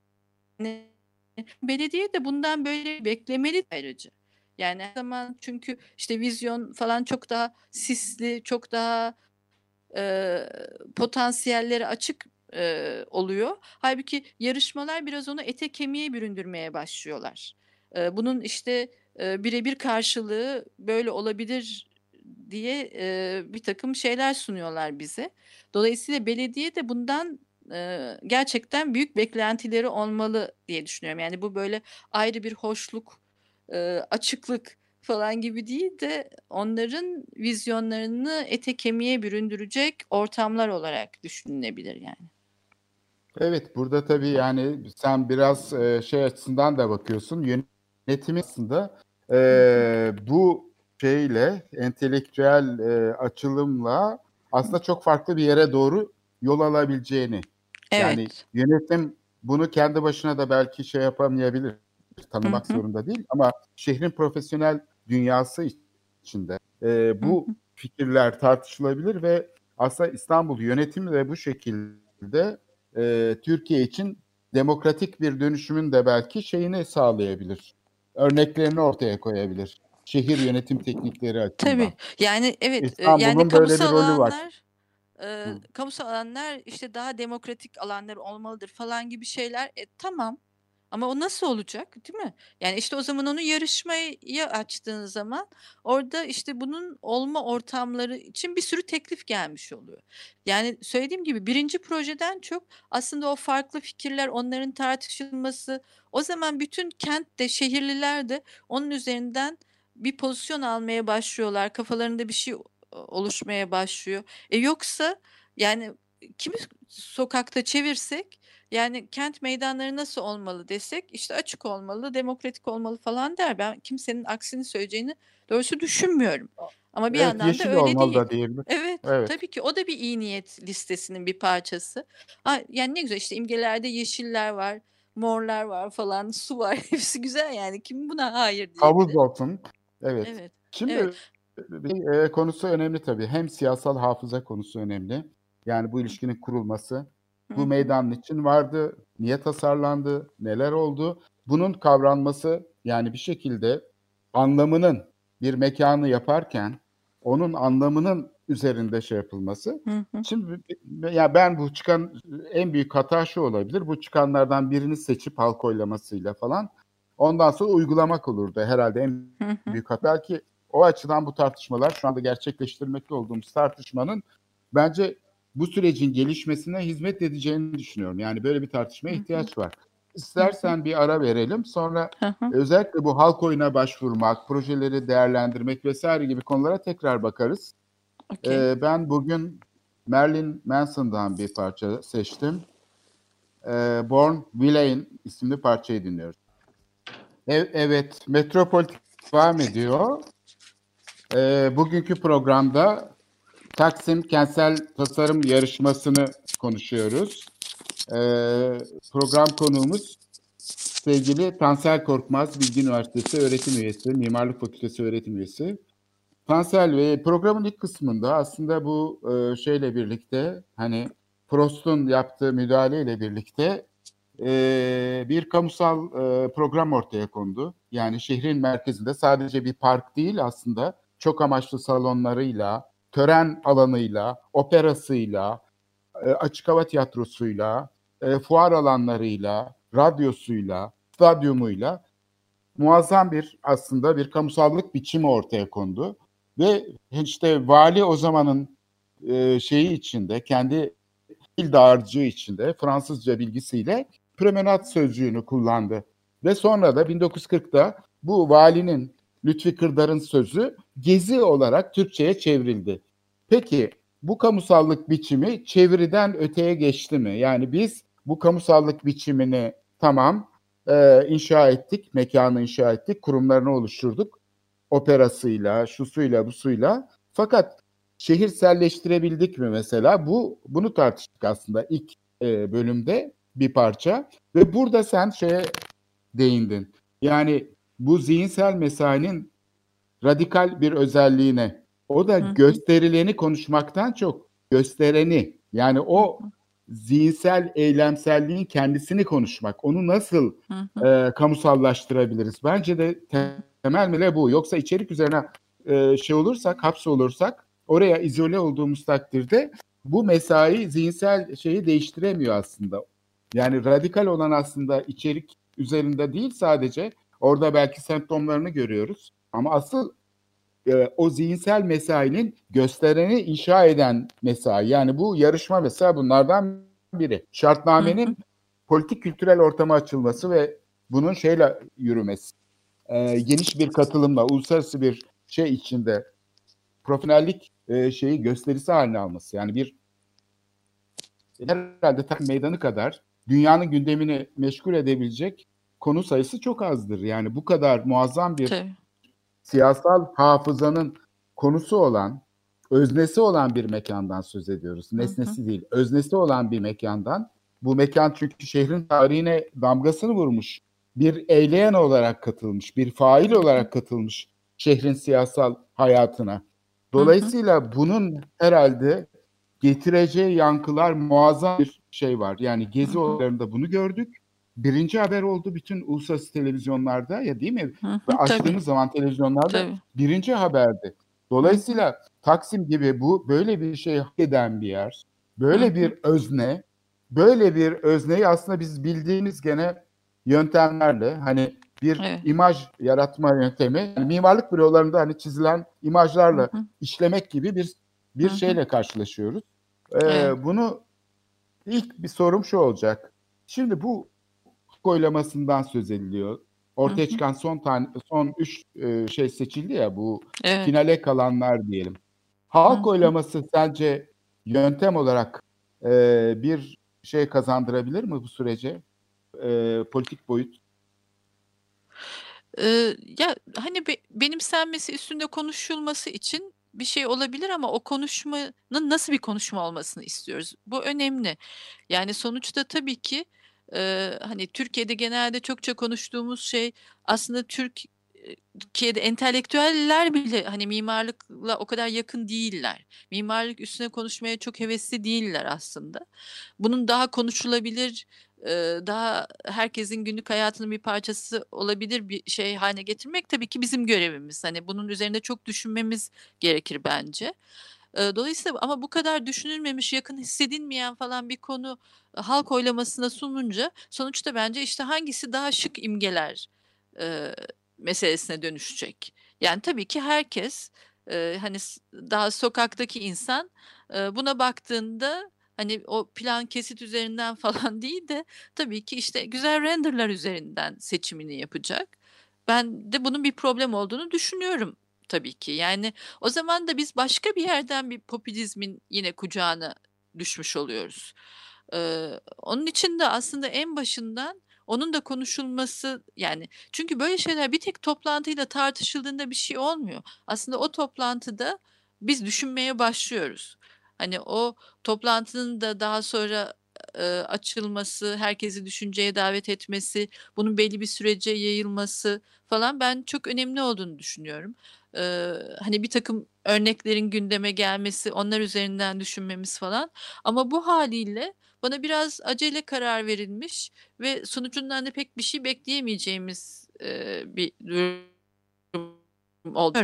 belediye de bundan böyle beklemeli ayrıca. Yani her zaman çünkü işte vizyon falan çok daha sisli, çok daha eee, potansiyelleri açık eee, oluyor. Halbuki yarışmalar biraz onu ete kemiğe büründürmeye başlıyorlar. Eee, bunun işte eee birebir karşılığı böyle olabilir diye eee, bir takım şeyler sunuyorlar bize. Dolayısıyla belediye de bundan eee, gerçekten büyük beklentileri olmalı diye düşünüyorum. Yani bu böyle ayrı bir hoşluk, eee, açıklık falan gibi değil de onların vizyonlarını ete kemiğe büründürecek ortamlar olarak düşünülebilir yani. Evet, burada tabii yani sen biraz e, şey açısından da bakıyorsun. Yönetimi aslında e, Hı hı. bu şeyle, entelektüel e, açılımla aslında çok farklı bir yere doğru yol alabileceğini. Yani Evet. yönetim bunu kendi başına da belki şey yapamayabilir, Hı tanımak hı. zorunda değil. Ama şehrin profesyonel dünyası içinde e, Hı bu hı. fikirler tartışılabilir ve aslında İstanbul yönetimi de bu şekilde e, Türkiye için demokratik bir dönüşümün de belki şeyini sağlayabilir. Örneklerini ortaya koyabilir. Şehir yönetim teknikleri açısından. Tabii. Yani evet, e, yani İstanbul'un böyle bir kamusal rolü var. alanlar e, Hı. kamusal alanlar işte daha demokratik alanlar olmalıdır falan gibi şeyler. E, tamam. Ama o nasıl olacak, değil mi? Yani işte o zaman onu yarışmaya açtığın zaman orada işte bunun olma ortamları için bir sürü teklif gelmiş oluyor. Yani söylediğim gibi birinci projeden çok aslında o farklı fikirler, onların tartışılması, o zaman bütün kent de şehirliler de onun üzerinden bir pozisyon almaya başlıyorlar. Kafalarında bir şey o- oluşmaya başlıyor. E yoksa yani kimi sokakta çevirsek yani kent meydanları nasıl olmalı desek işte açık olmalı, demokratik olmalı falan der. Ben kimsenin aksini söyleyeceğini doğrusu düşünmüyorum. Ama bir Evet, yandan da yeşil öyle olmalı değil. da diyelim. Evet, Evet. tabii ki o da bir iyi niyet listesinin bir parçası. Ha, yani ne güzel işte imgelerde yeşiller var, morlar var falan, su var. Hepsi güzel yani. Kim buna hayır Havuz diyebilir? olsun. Evet. Evet, evet. Şimdi bir e, konusu önemli tabii. Hem siyasal hafıza konusu önemli. Yani bu ilişkinin kurulması. Hı Bu hı, meydanın için vardı. Niye tasarlandı? Neler oldu? Bunun kavranması yani bir şekilde anlamının bir mekanı yaparken onun anlamının üzerinde şey yapılması. hı hı, Şimdi ya ben bu çıkan en büyük hata şu olabilir. Bu çıkanlardan birini seçip halk oylamasıyla falan ondan sonra uygulamak olurdu herhalde en hı hı, büyük hata. Belki o açıdan bu tartışmalar şu anda gerçekleştirmekte olduğumuz tartışmanın bence bu sürecin gelişmesine hizmet edeceğini düşünüyorum. Yani böyle bir tartışmaya hı hı, ihtiyaç var. hı hı, İstersen bir ara verelim. Sonra hı hı. özellikle bu halk oyuna başvurmak, projeleri değerlendirmek vesaire gibi konulara tekrar bakarız. Okey. Ee, ben bugün Marilyn Manson'dan bir parça seçtim. Ee, Born Villain isimli parçayı dinliyoruz. Ev- Evet, Metropolitik devam ediyor. Ee, bugünkü programda Taksim Kentsel Tasarım Yarışması'nı konuşuyoruz. Ee, program konuğumuz sevgili Tansel Korkmaz, Bilgi Üniversitesi öğretim üyesi, Mimarlık Fakültesi öğretim üyesi. Tansel ve programın ilk kısmında aslında bu e, şeyle birlikte hani Prost'un yaptığı müdahaleyle birlikte e, bir kamusal e, program ortaya kondu. Yani şehrin merkezinde sadece bir park değil aslında çok amaçlı salonlarıyla, tören alanıyla, operasıyla, e, açık hava tiyatrosuyla, e, fuar alanlarıyla, radyosuyla, stadyumuyla muazzam bir aslında bir kamusallık biçimi ortaya kondu. Ve işte vali o zamanın e, şeyi içinde, kendi dil dağarcığı içinde Fransızca bilgisiyle promenade sözcüğünü kullandı. Ve sonra da bin dokuz yüz kırkta bu valinin Lütfi Kırdar'ın sözü gezi olarak Türkçe'ye çevrildi. Peki bu kamusallık biçimi çeviriden öteye geçti mi? Yani biz bu kamusallık biçimini tamam e, inşa ettik, mekanı inşa ettik, kurumlarını oluşturduk. Operasıyla, şusuyla, busuyla. Fakat şehirselleştirebildik mi mesela? Bu bunu tartıştık aslında ilk e, bölümde bir parça. Ve burada sen şeye değindin. Yani bu zihinsel mesainin radikal bir özelliğine. O da Hı hı, gösterileni konuşmaktan çok göstereni yani hı o hı, zihinsel eylemselliğin kendisini konuşmak. Onu nasıl hı hı, e, kamusallaştırabiliriz? Bence de temel mesele bu. Yoksa içerik üzerine e, şey olursak, hapsolursak oraya izole olduğumuz takdirde bu mesai zihinsel şeyi değiştiremiyor aslında. Yani radikal olan aslında içerik üzerinde değil sadece. Orada belki semptomlarını görüyoruz. Ama asıl e, o zihinsel mesainin göstereni inşa eden mesai. Yani bu yarışma mesela bunlardan biri. hı hı. Şartnamenin politik kültürel ortama açılması ve bunun şeyle yürümesi. E, geniş bir katılımla, uluslararası bir şey içinde profesyonellik e, şeyi gösterisi haline alması. Yani bir herhalde takım meydanı kadar dünyanın gündemini meşgul edebilecek konu sayısı çok azdır. Yani bu kadar muazzam bir Tabii. siyasal hafızanın konusu olan, öznesi olan bir mekandan söz ediyoruz. Hı hı, Nesnesi değil, öznesi olan bir mekandan. Bu mekan çünkü şehrin tarihine damgasını vurmuş. Bir eyleyen olarak katılmış, bir fail hı hı, olarak katılmış şehrin siyasal hayatına. hı hı, Dolayısıyla bunun herhalde getireceği yankılar muazzam bir şey var. Yani hı gezi hı, olaylarında bunu gördük. Birinci haber oldu bütün uluslararası televizyonlarda ya değil mi? hı Ve hı. Tabii, açtığımız zaman televizyonlarda tabii. birinci haberdi. Hı hı, Dolayısıyla Taksim gibi bu böyle bir şey hak eden bir yer, Hı böyle hı. bir özne, böyle bir özneyi aslında biz bildiğimiz gene yöntemlerle hani bir Evet. imaj yaratma yöntemi, yani mimarlık bürolarında hani çizilen Hı imajlarla hı. işlemek gibi bir Hı bir hı. şeyle karşılaşıyoruz. Evet. Ee, bunu ilk bir sorum şu olacak. Şimdi bu halk oylamasından söz ediliyor. Hı Ortaya hı. çıkan son tane son üç e, şey seçildi ya, bu Evet. finale kalanlar diyelim. Hı Halk hı. oylaması sence yöntem olarak e, bir şey kazandırabilir mi bu sürece? E, politik boyut. Eee, ya, hani, be benimsenmesi, üstünde konuşulması için bir şey olabilir ama o konuşmanın nasıl bir konuşma olmasını istiyoruz. Bu önemli. Yani, sonuçta tabii ki, eee, hani, Türkiye'de genelde çokça konuştuğumuz şey aslında Türk eee, Türkiye'de entelektüeller bile, hani, mimarlıkla o kadar yakın değiller. Mimarlık üstüne konuşmaya çok hevesli değiller aslında. Bunun daha konuşulabilir, eee, daha herkesin günlük hayatının bir parçası olabilir bir şey haline getirmek tabii ki bizim görevimiz. Hani, bunun üzerinde çok düşünmemiz gerekir bence. Eee, dolayısıyla ama bu kadar düşünülmemiş, yakın hissedilmeyen falan bir konu e, halk oylamasına sununca sonuçta bence, işte, hangisi daha şık imgeler, eee, meselesine dönüşecek. Yani, tabii ki herkes, eee, hani, s daha sokaktaki insan, eee, buna baktığında, hani, o plan kesit üzerinden falan değil de tabii ki, işte, güzel render'lar üzerinden seçimini yapacak. Ben de bunun bir problem olduğunu düşünüyorum tabii ki. Yani, o zaman da biz başka bir yerden bir popülizmin yine kucağına düşmüş oluyoruz. Eee, onun için de aslında en başından onun da konuşulması, yani, çünkü böyle şeyler bir tek toplantıyla tartışıldığında bir şey olmuyor. Aslında o toplantıda biz düşünmeye başlıyoruz. Hani, o toplantının da daha sonra, eee, açılması, herkesi düşünceye davet etmesi, bunun belli bir sürece yayılması falan ben çok önemli olduğunu düşünüyorum. Eee, hani, birtakım örneklerin gündeme gelmesi, onlar üzerinden düşünmemiz falan ama bu hâliyle bana biraz acele karar verilmiş ve sonucundan da pek bir şey bekleyemeyeceğimiz, eee, bir durum oldu.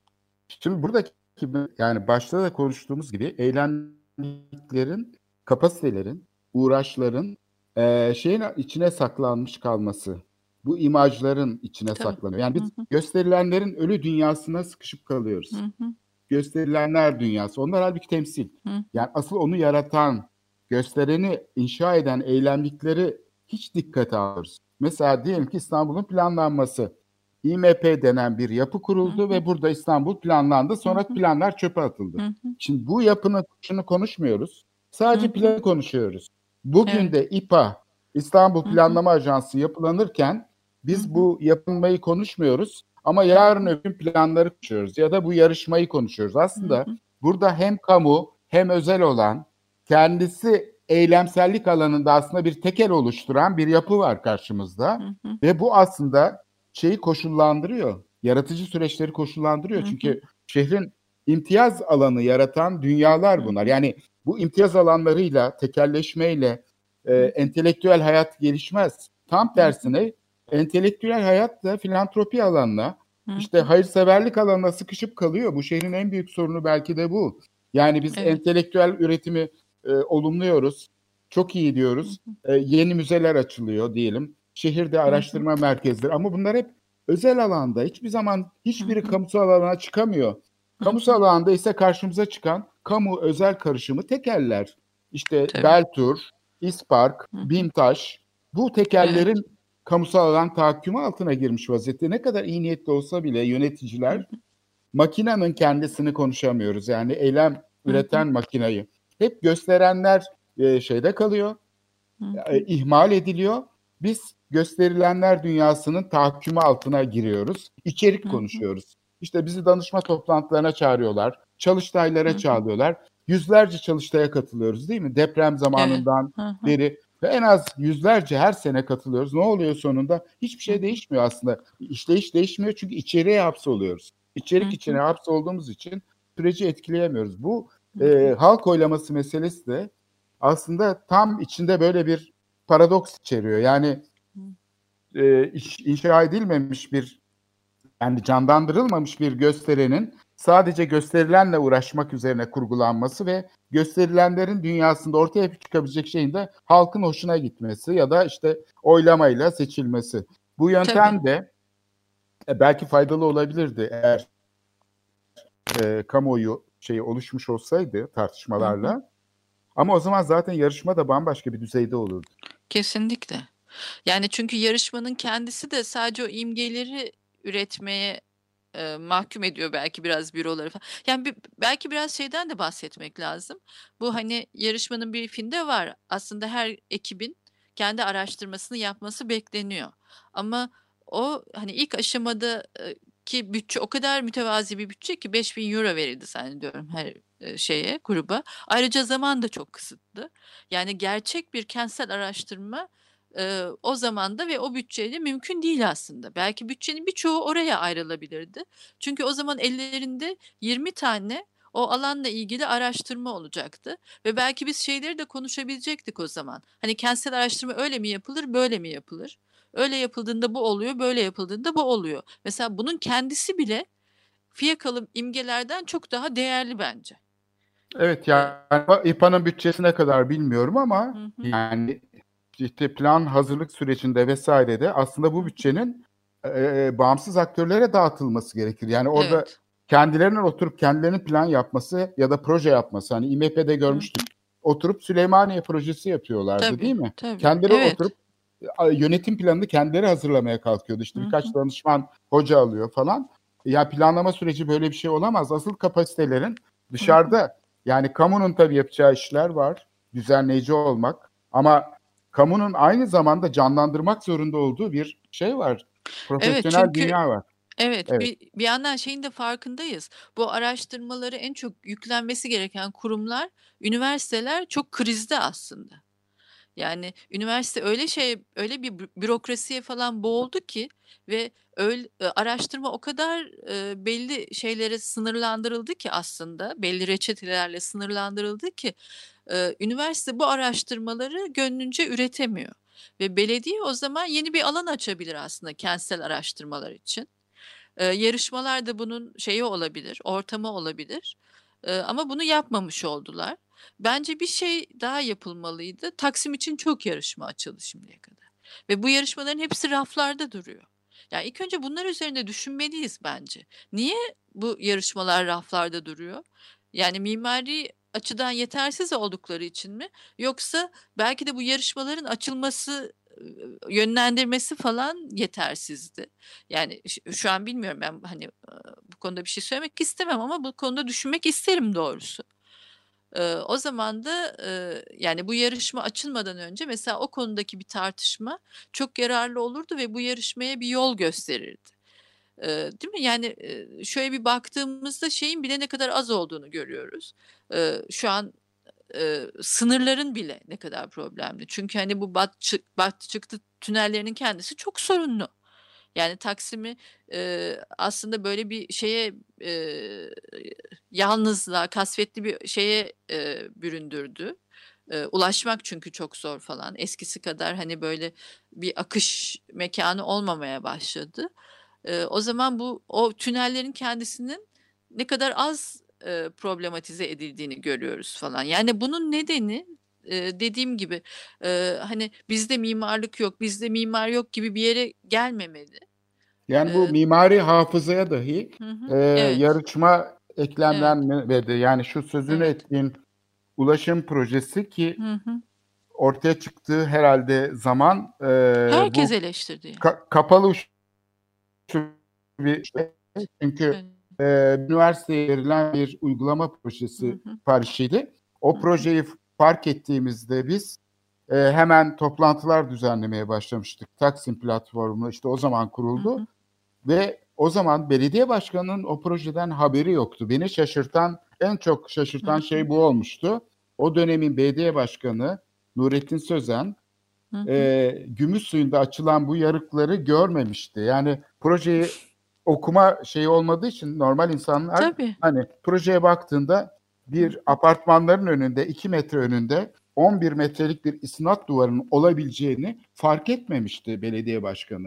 Şimdi buradaki yani başta da konuştuğumuz gibi eylemliklerin, kapasitelerin, uğraşların eee, şeyin içine saklanmış kalması. Bu imajların içine Tabii. saklanıyor. Yani Hı biz hı. gösterilenlerin ölü dünyasına sıkışıp Hı kalıyoruz. hı. Gösterilenler dünyası. Onlar halbuki temsil. Hı hı. Yani asıl onu yaratan, göstereni inşa eden eylemlikleri hiç dikkate alıyoruz. Mesela diyelim ki İstanbul'un planlanması. İ M P denen bir yapı Hı kuruldu hı. ve burada İstanbul planlandı. Hı Sonra hı. planlar çöpe atıldı. Hı hı. Şimdi bu yapının şunu konuşmuyoruz. Hı Sadece hı. planı konuşuyoruz. Bugün Evet. de İPA, İstanbul Hı hı. Planlama Ajansı yapılanırken Hı biz hı. bu yapılmayı konuşmuyoruz. Ama Hı yarın hı. öbür gün planları konuşuyoruz ya da bu yarışmayı konuşuyoruz. Hı Aslında hı. burada hem kamu hem özel olan, kendisi eylemsellik alanında aslında bir tekel oluşturan bir yapı var karşımızda. Hı hı. Ve bu aslında şeyi koşullandırıyor. Yaratıcı süreçleri koşullandırıyor. Hı hı. Çünkü şehrin imtiyaz alanı yaratan dünyalar Hı bunlar. hı. Yani bu imtiyaz alanlarıyla, tekelleşmeyle e, Hı hı. entelektüel hayat gelişmez. Tam Hı hı. tersine entelektüel hayat da filantropi alanına, Hı işte hı. hayırseverlik alanına sıkışıp kalıyor. Bu şehrin en büyük sorunu belki de bu. Yani biz Evet. entelektüel üretimi e, olumluyoruz. Çok iyi Hı diyoruz. hı. E, yeni müzeler açılıyor diyelim. Şehirde Hı hı. araştırma merkezleri ama bunlar hep özel alanda. Hiçbir zaman Hı hiçbiri hı. kamusal alana çıkamıyor. Hı Kamusal hı. alanda ise karşımıza çıkan kamu özel karışımı tekeller. İşte Tabii. Beltur, İspark, Hı hı. BİMTAŞ bu Evet. tekellerin kamusal alan tahakkümü altına girmiş vaziyette. Ne kadar iyi niyetli olsa bile Hı yöneticiler hı. makinenin kendisini konuşamıyoruz. Yani eylem Hı hı. üreten makinayı. Hep gösterenler e, şeyde kalıyor, Hı e, hı. ihmal ediliyor. Biz gösterilenler dünyasının tahakkümü altına giriyoruz. İçerik Hı hı. konuşuyoruz. İşte bizi danışma toplantılarına çağırıyorlar. Hı Çalıştaylara hı. çağırıyorlar. Yüzlerce çalıştaya katılıyoruz değil mi? Deprem Evet. zamanından Hı hı. beri ve en az yüzlerce her sene katılıyoruz. Ne oluyor sonunda? Hiçbir Hı şey hı. değişmiyor aslında. İşleyiş değişmiyor çünkü içeriye hapsoluyoruz. Hı İçerik hı. içine hapsolduğumuz için süreci etkileyemiyoruz. Bu Hı hı. e, halk oylaması meselesi de aslında tam içinde böyle bir paradoks içeriyor. Yani Hı. e, iş, inşa edilmemiş bir, yani canlandırılmamış bir gösterinin sadece gösterilenle uğraşmak üzerine kurgulanması ve gösterilenlerin dünyasında ortaya çıkabilecek şeyin de halkın hoşuna gitmesi ya da işte oylamayla seçilmesi. Bu yöntem Tabii. de e, belki faydalı olabilirdi eğer e, kamuoyu şeyi oluşmuş olsaydı Hı hı. tartışmalarla. Ama o zaman zaten yarışma da bambaşka bir düzeyde olurdu. Kesinlikle. Yani çünkü yarışmanın kendisi de sadece o imgeleri üretmeye e, mahkum ediyor belki biraz büroları falan. Yani bir- belki biraz şeyden de bahsetmek lazım. Bu hani yarışmanın briefinde var. Aslında her ekibin kendi araştırmasını yapması bekleniyor. Ama o hani ilk aşamada e, ki bütçe o kadar mütevazi bir bütçe ki beş bin euro verildi zannediyorum her e, şeye gruba. Ayrıca zaman da çok kısıtlı. Yani gerçek bir kentsel araştırma e, o zamanda ve o bütçeyle mümkün değil aslında. Belki bütçenin birçoğu oraya ayrılabilirdi. Çünkü o zaman ellerinde yirmi tane o alanla ilgili araştırma olacaktı ve belki biz şeyleri de konuşabilecektik o zaman. Hani kentsel araştırma öyle mi yapılır, böyle mi yapılır? Öyle yapıldığında bu oluyor, böyle yapıldığında bu oluyor. Mesela bunun kendisi bile fiyakalı imgelerden çok daha değerli bence. Evet, Ee, yani İPA'nın bütçesi ne kadar bilmiyorum ama hı hı, yani işte plan hazırlık sürecinde vesairede aslında hı bu hı. bütçenin e, bağımsız aktörlere dağıtılması gerekir. Yani orada Evet. kendilerinin oturup kendilerinin plan yapması ya da proje yapması. Hani İMEP'de Hı. görmüştük. Oturup Süleymaniye projesi yapıyorlardı değil Tabii, mi? tabii. Kendileri Evet. oturup a, yönetim planını kendileri hazırlamaya kalkıyordu. İşte Hı birkaç hı, danışman hoca alıyor falan. Ya planlama süreci böyle bir şey olamaz. Asıl kapasitelerin hı hı. dışarıda, yani kamunun tabii yapacağı işler var. Düzenleyici olmak. Ama kamunun aynı zamanda canlandırmak zorunda olduğu bir şey var. Evet, Profesyonel çünkü dünya var. evet, Evet. bir bir yandan şeyin de farkındayız. Bu araştırmaları en çok yüklenmesi gereken kurumlar, üniversiteler çok krizde aslında. Yani üniversite öyle şey, öyle bir bü- bürokrasiye falan boğuldu ki ve öyle, e, araştırma o kadar e, belli şeylere sınırlandırıldı ki aslında, belli reçetelerle sınırlandırıldı ki e, üniversite bu araştırmaları gönlünce üretemiyor. Ve belediye o zaman yeni bir alan açabilir aslında kentsel araştırmalar için. Eee, yarışmalar da bunun şeyi olabilir, ortamı olabilir. Eee, ama bunu yapmamış oldular. Bence bir şey daha yapılmalıydı. Taksim için çok yarışma açıldı şimdiye kadar. Ve bu yarışmaların hepsi raflarda duruyor. Yani ilk önce bunlar üzerinde düşünmeliyiz bence. Niye bu yarışmalar raflarda duruyor? Yani mimari açıdan yetersiz oldukları için mi? Yoksa belki de bu yarışmaların açılması, ııı, yönlendirmesi falan yetersizdi. Yani ş şu an bilmiyorum ben, hani, eee, bu konuda bir şey söylemek istemem ama bu konuda düşünmek isterim doğrusu. Eee, o zaman da, eee, yani bu yarışma açılmadan önce mesela o konudaki bir tartışma çok yararlı olurdu ve bu yarışmaya bir yol gösterirdi. Eee, değil mi? Yani, eee, şöyle bir baktığımızda şeyin bile ne kadar az olduğunu görüyoruz. Eee, şu an, eee, sınırların bile ne kadar problemli. Çünkü, hani, bu bat çık battı çıktı tünellerinin kendisi çok sorunlu. Yani Taksim'i, eee, aslında böyle bir şeye, eee, yalnızlığa, kasvetli bir şeye, eee, büründürdü. Eee, ulaşmak çünkü çok zor falan. Eskisi kadar, hani, böyle bir akış mekânı olmamaya başladı. Eee, o zaman bu o tünellerin kendisinin ne kadar az, eee, problematize edildiğini görüyoruz falan. Yani bunun nedeni, eee, dediğim gibi, eee, hani, bizde mimarlık yok, bizde mimar yok gibi bir yere gelmemeli. Yani bu Eee mimari hafızaya dahi Hı hı. e, Evet, yarışma evet. eklemlenmedi. Yani şu sözünü Evet. ettiğin ulaşım projesi ki Hı hı. ortaya çıktığı herhalde zaman e, Herkes bu eleştirdi yani. ka- kapalı uçuş bir şey. Çünkü Evet. e, üniversiteye verilen bir uygulama Hı projesi hı. siparişiydi. O Hı hı. projeyi fark ettiğimizde biz e, hemen toplantılar düzenlemeye başlamıştık. Taksim platformu işte o zaman Hı kuruldu hı. ve o zaman belediye başkanının o projeden haberi yoktu. Beni şaşırtan, en çok Hı şaşırtan hı. şey bu olmuştu. O dönemin belediye başkanı Nurettin Sözen Hı hı. e, Gümüşsuyu'nda açılan bu yarıkları görmemişti. Yani projeyi okuma şeyi olmadığı için normal insanlar Tabii. hani projeye baktığında Hı bir hı. apartmanların önünde iki metre önünde on bir metrelik bir isnat duvarının olabileceğini fark etmemişti belediye başkanı.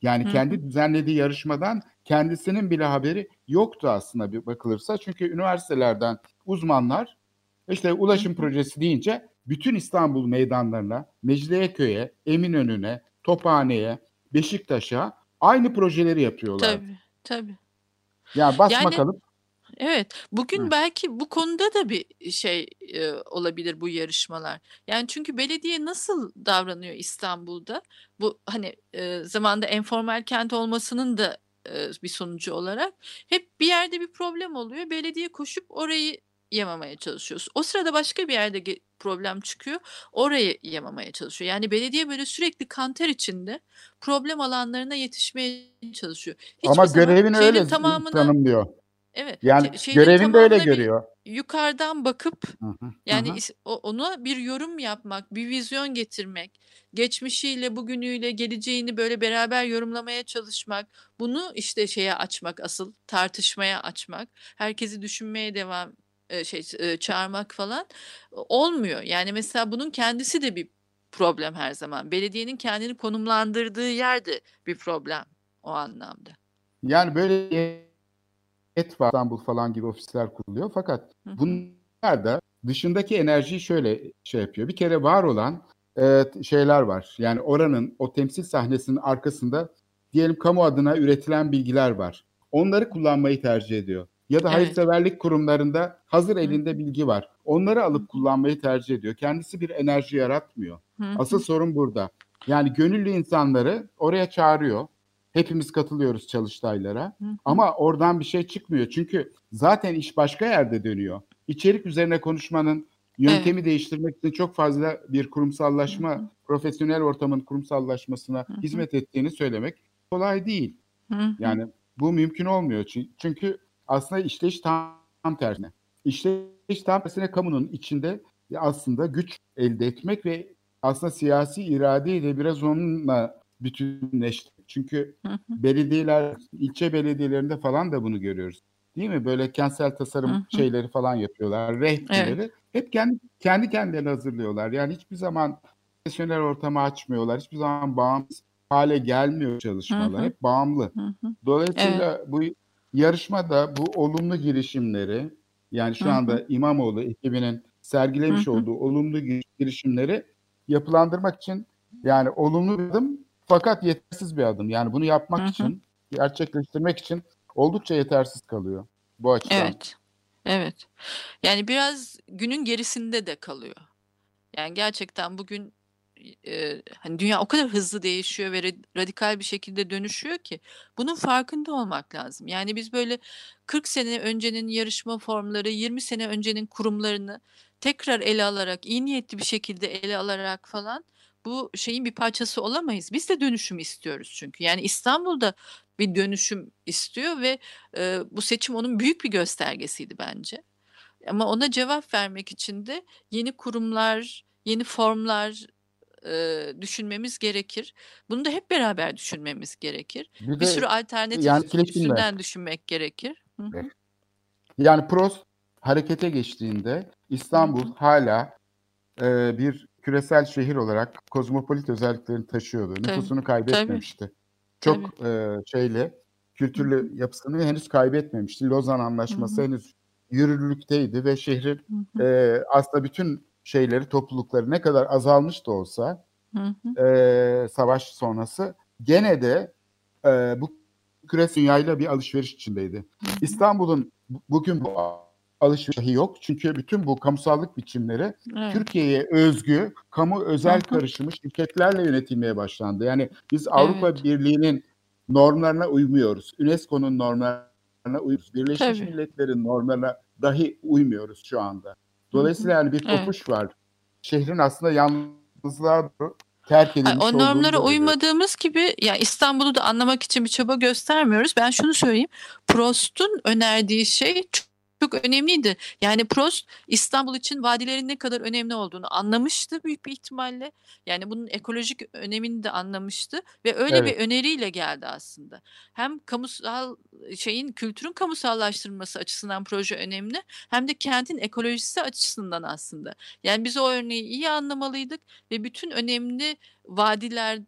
Yani Hı hı. kendi düzenlediği yarışmadan kendisinin bile haberi yoktu aslında bir bakılırsa. Çünkü üniversitelerden uzmanlar işte Hı ulaşım hı. projesi deyince bütün İstanbul meydanlarına, Mecidiyeköy'e, Eminönü'ne, Tophane'ye, Beşiktaş'a aynı projeleri yapıyorlardı. Tabii, tabii. Yani basma Yani kalıp evet, bugün Hı. belki bu konuda da bir şey e, olabilir bu yarışmalar. Yani çünkü belediye nasıl davranıyor İstanbul'da? Bu hani e, zamanda informal kent olmasının da e, bir sonucu olarak hep bir yerde bir problem oluyor. Belediye koşup orayı yamamaya çalışıyor. O sırada başka bir yerde ge- problem çıkıyor. Orayı yamamaya çalışıyor. Yani belediye böyle sürekli kanter içinde problem alanlarına yetişmeye çalışıyor. ama Hiçbir zaman görevini şehrin öyle tamamına tanımlıyor. Evet, Yani te şehrin görevini de öyle tamamına bir görüyor. yukarıdan bakıp, Hı hı. Hı yani, hı. is o ona bir yorum yapmak, bir vizyon getirmek, geçmişiyle, bugünüyle, geleceğini, böyle, beraber yorumlamaya çalışmak, bunu, işte, şeye açmak asıl, tartışmaya açmak, herkesi düşünmeye devam eee, şey, eee, çağırmak falan olmuyor. Yani, mesela bunun kendisi de bir problem her zaman. Belediyenin kendini konumlandırdığı yer de bir problem o anlamda. Yani böyle et var. İstanbul falan gibi ofisler kuruluyor. Fakat Hı hı. bunlar da dışındaki enerjiyi şöyle şey yapıyor. Bir kere var olan e, şeyler var. Yani oranın o temsil sahnesinin arkasında diyelim kamu adına üretilen bilgiler var. Onları kullanmayı tercih ediyor. Ya da Evet. hayırseverlik kurumlarında hazır Hı elinde bilgi var. Onları hı. alıp kullanmayı tercih ediyor. Kendisi bir enerji yaratmıyor. Hı Asıl hı. sorun burada. Yani gönüllü insanları oraya çağırıyor. Hepimiz katılıyoruz çalıştaylara. Hı hı. Ama oradan bir şey çıkmıyor. Çünkü zaten iş başka yerde dönüyor. İçerik üzerine konuşmanın Evet. yöntemi değiştirmek için çok fazla bir Hı kurumsallaşma, hı. profesyonel ortamın kurumsallaşmasına Hı hı. hizmet ettiğini söylemek kolay değil. Hı hı. Yani bu mümkün olmuyor. Çün- Çünkü aslında işleyiş tam, tam tersine. İşleyiş tam tersine kamunun içinde aslında güç elde etmek ve aslında siyasi iradeyi de biraz onunla bütünleştirmek. Çünkü Hı hı. belediyeler, ilçe belediyelerinde falan da bunu görüyoruz. Değil mi? Böyle kentsel tasarım Hı hı. şeyleri falan yapıyorlar, Evet. rehberleri. Hep kendi kendi kendilerini hazırlıyorlar. Yani hiçbir zaman profesyonel ortamı açmıyorlar. Hiçbir zaman bağımsız hale gelmiyor Hı çalışmalar. hı. Hep bağımlı. Hı hı. Evet. Dolayısıyla bu yarışmada bu olumlu girişimleri, yani Hı şu hı. anda İmamoğlu ekibinin Hı sergilemiş hı. olduğu olumlu girişimleri yapılandırmak için yani olumlu bir adım fakat yetersiz bir adım. Yani bunu Hı yapmak hı. için, gerçekleştirmek için oldukça yetersiz kalıyor bu açıdan. Evet. Evet. Yani biraz günün gerisinde de kalıyor. Yani gerçekten bugün eee, hani dünya o kadar hızlı değişiyor ve re- radikal bir şekilde dönüşüyor ki bunun farkında olmak lazım. Yani biz böyle kırk sene öncenin yarışma formları, yirmi sene öncenin kurumlarını tekrar ele alarak, iyi niyetli bir şekilde ele alarak falan bu şeyin bir parçası olamayız. Biz de dönüşüm istiyoruz çünkü. Yani İstanbul'da bir dönüşüm istiyor ve eee, bu seçim onun büyük bir göstergesiydi bence. Ama ona cevap vermek için de yeni kurumlar, yeni formlar, eee, düşünmemiz gerekir. Bunu da hep beraber düşünmemiz gerekir. Bir Bir sürü de alternatif yani etkileşimle. üstünden düşünmek gerekir. Hı hı. Yani Prost harekete geçtiğinde Hı İstanbul hı. hala e, bir küresel şehir olarak kozmopolit özelliklerini taşıyordu. Tabii, Nüfusunu tabii, kaybetmemişti. tabii. Çok e, şeyle Hı hı. kültürlü yapısını henüz kaybetmemişti. Lozan Hı Anlaşması hı. henüz yürürlükteydi ve şehrin Hı hı. e, aslında bütün şeyleri, toplulukları ne kadar azalmış da olsa Hı hı. e, savaş sonrası gene de e, bu küresel dünyayla bir alışveriş içindeydi. Hı hı. İstanbul'un bu- bugün bu alışverişi yok. Çünkü bütün bu kamusallık biçimleri Evet. Türkiye'ye özgü, kamu özel Hı hı. karışımı şirketlerle yönetilmeye başlandı. Yani biz Avrupa Evet. Birliği'nin normlarına uymuyoruz. UNESCO'nun normlarına uymuyoruz. Birleşmiş Tabii. Milletler'in normlarına dahi uymuyoruz şu anda. Hı hı. Dolayısıyla yani bir Evet. kopuş var. Şehrin aslında yalnızlığa doğru terk Hayır, edilmiş o olduğunu normlara da görüyoruz. uymadığımız gibi ya İstanbul'u da anlamak için bir çaba göstermiyoruz. Ben şunu söyleyeyim. Prost'un önerdiği şey çok, çok önemliydi. Yani Prost İstanbul için vadilerin ne kadar önemli olduğunu anlamıştı büyük bir ihtimalle. Yani bunun ekolojik önemini de anlamıştı ve öyle bir Evet. öneriyle geldi aslında. Hem kamusal şeyin kültürün kamusallaştırılması açısından proje önemli hem de kentin ekolojisi açısından aslında. Yani biz o örneği iyi anlamalıydık ve bütün önemli vadilerde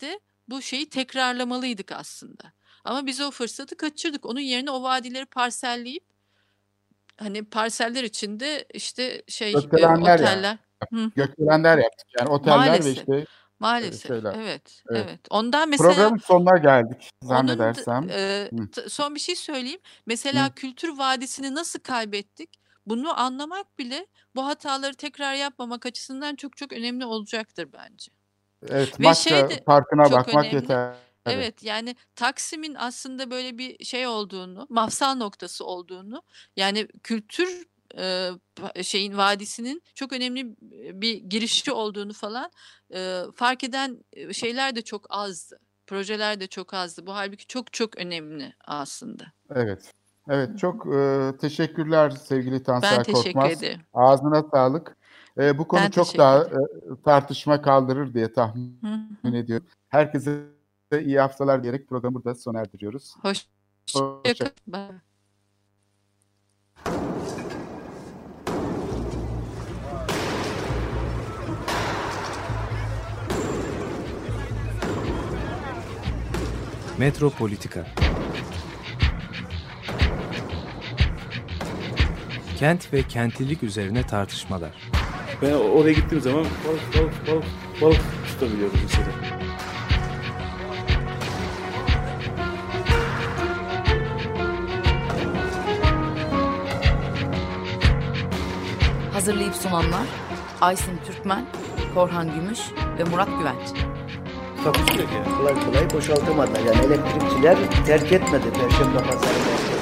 bu şeyi tekrarlamalıydık aslında. Ama biz o fırsatı kaçırdık. Onun yerine o vadileri parselleyip hani parseller içinde işte şey e, Gökdelenler oteller. yaptık. Hı, Gökdelenler yaptık. Yani oteller ve maalesef. işte e, Maalesef. şeyler. Evet. Evet. Evet. Ondan mesela Programın sonuna geldik onun zannedersem. e, Hı, t- son bir şey söyleyeyim. Mesela hı. Kültür Vadisi'ni nasıl kaybettik? Bunu anlamak bile bu hataları tekrar yapmamak açısından çok çok önemli olacaktır bence. Evet, Ve şey Maçka de Parkı'na çok bakmak önemli. yeterli. Evet, yani Taksim'in aslında böyle bir şey olduğunu, mafsal noktası olduğunu, yani kültür e, pa- şeyin vadisinin çok önemli bir girişi olduğunu falan e, fark eden e, şeyler de çok azdı. Projeler de çok azdı. Bu halbuki çok çok önemli aslında. Evet. Hı Evet, hı. çok e, teşekkürler sevgili Ben Tansel teşekkür Korkmaz. ederim. Ağzına sağlık. E, bu konu Ben çok teşekkür daha ederim. e, tartışma kaldırır diye tahmin Hı hı. ediyorum. Herkese iyi haftalar diyerek programı burada sona erdiriyoruz. Hoşça Hoşça kalın. Bye. Metropolitika. Kent ve kentlilik üzerine tartışmalar. Ben oraya gittiğim zaman balık balık balık balık tutabiliyoruz mesela. Hazırlayıp sunanlar Aysin Türkmen, Korhan Gümüş ve Murat Güvenç. Takusuyor yani. Kolay kolay boşaltamadılar. Yani elektrikçiler terk etmedi Perşembe Pazarı merkezini.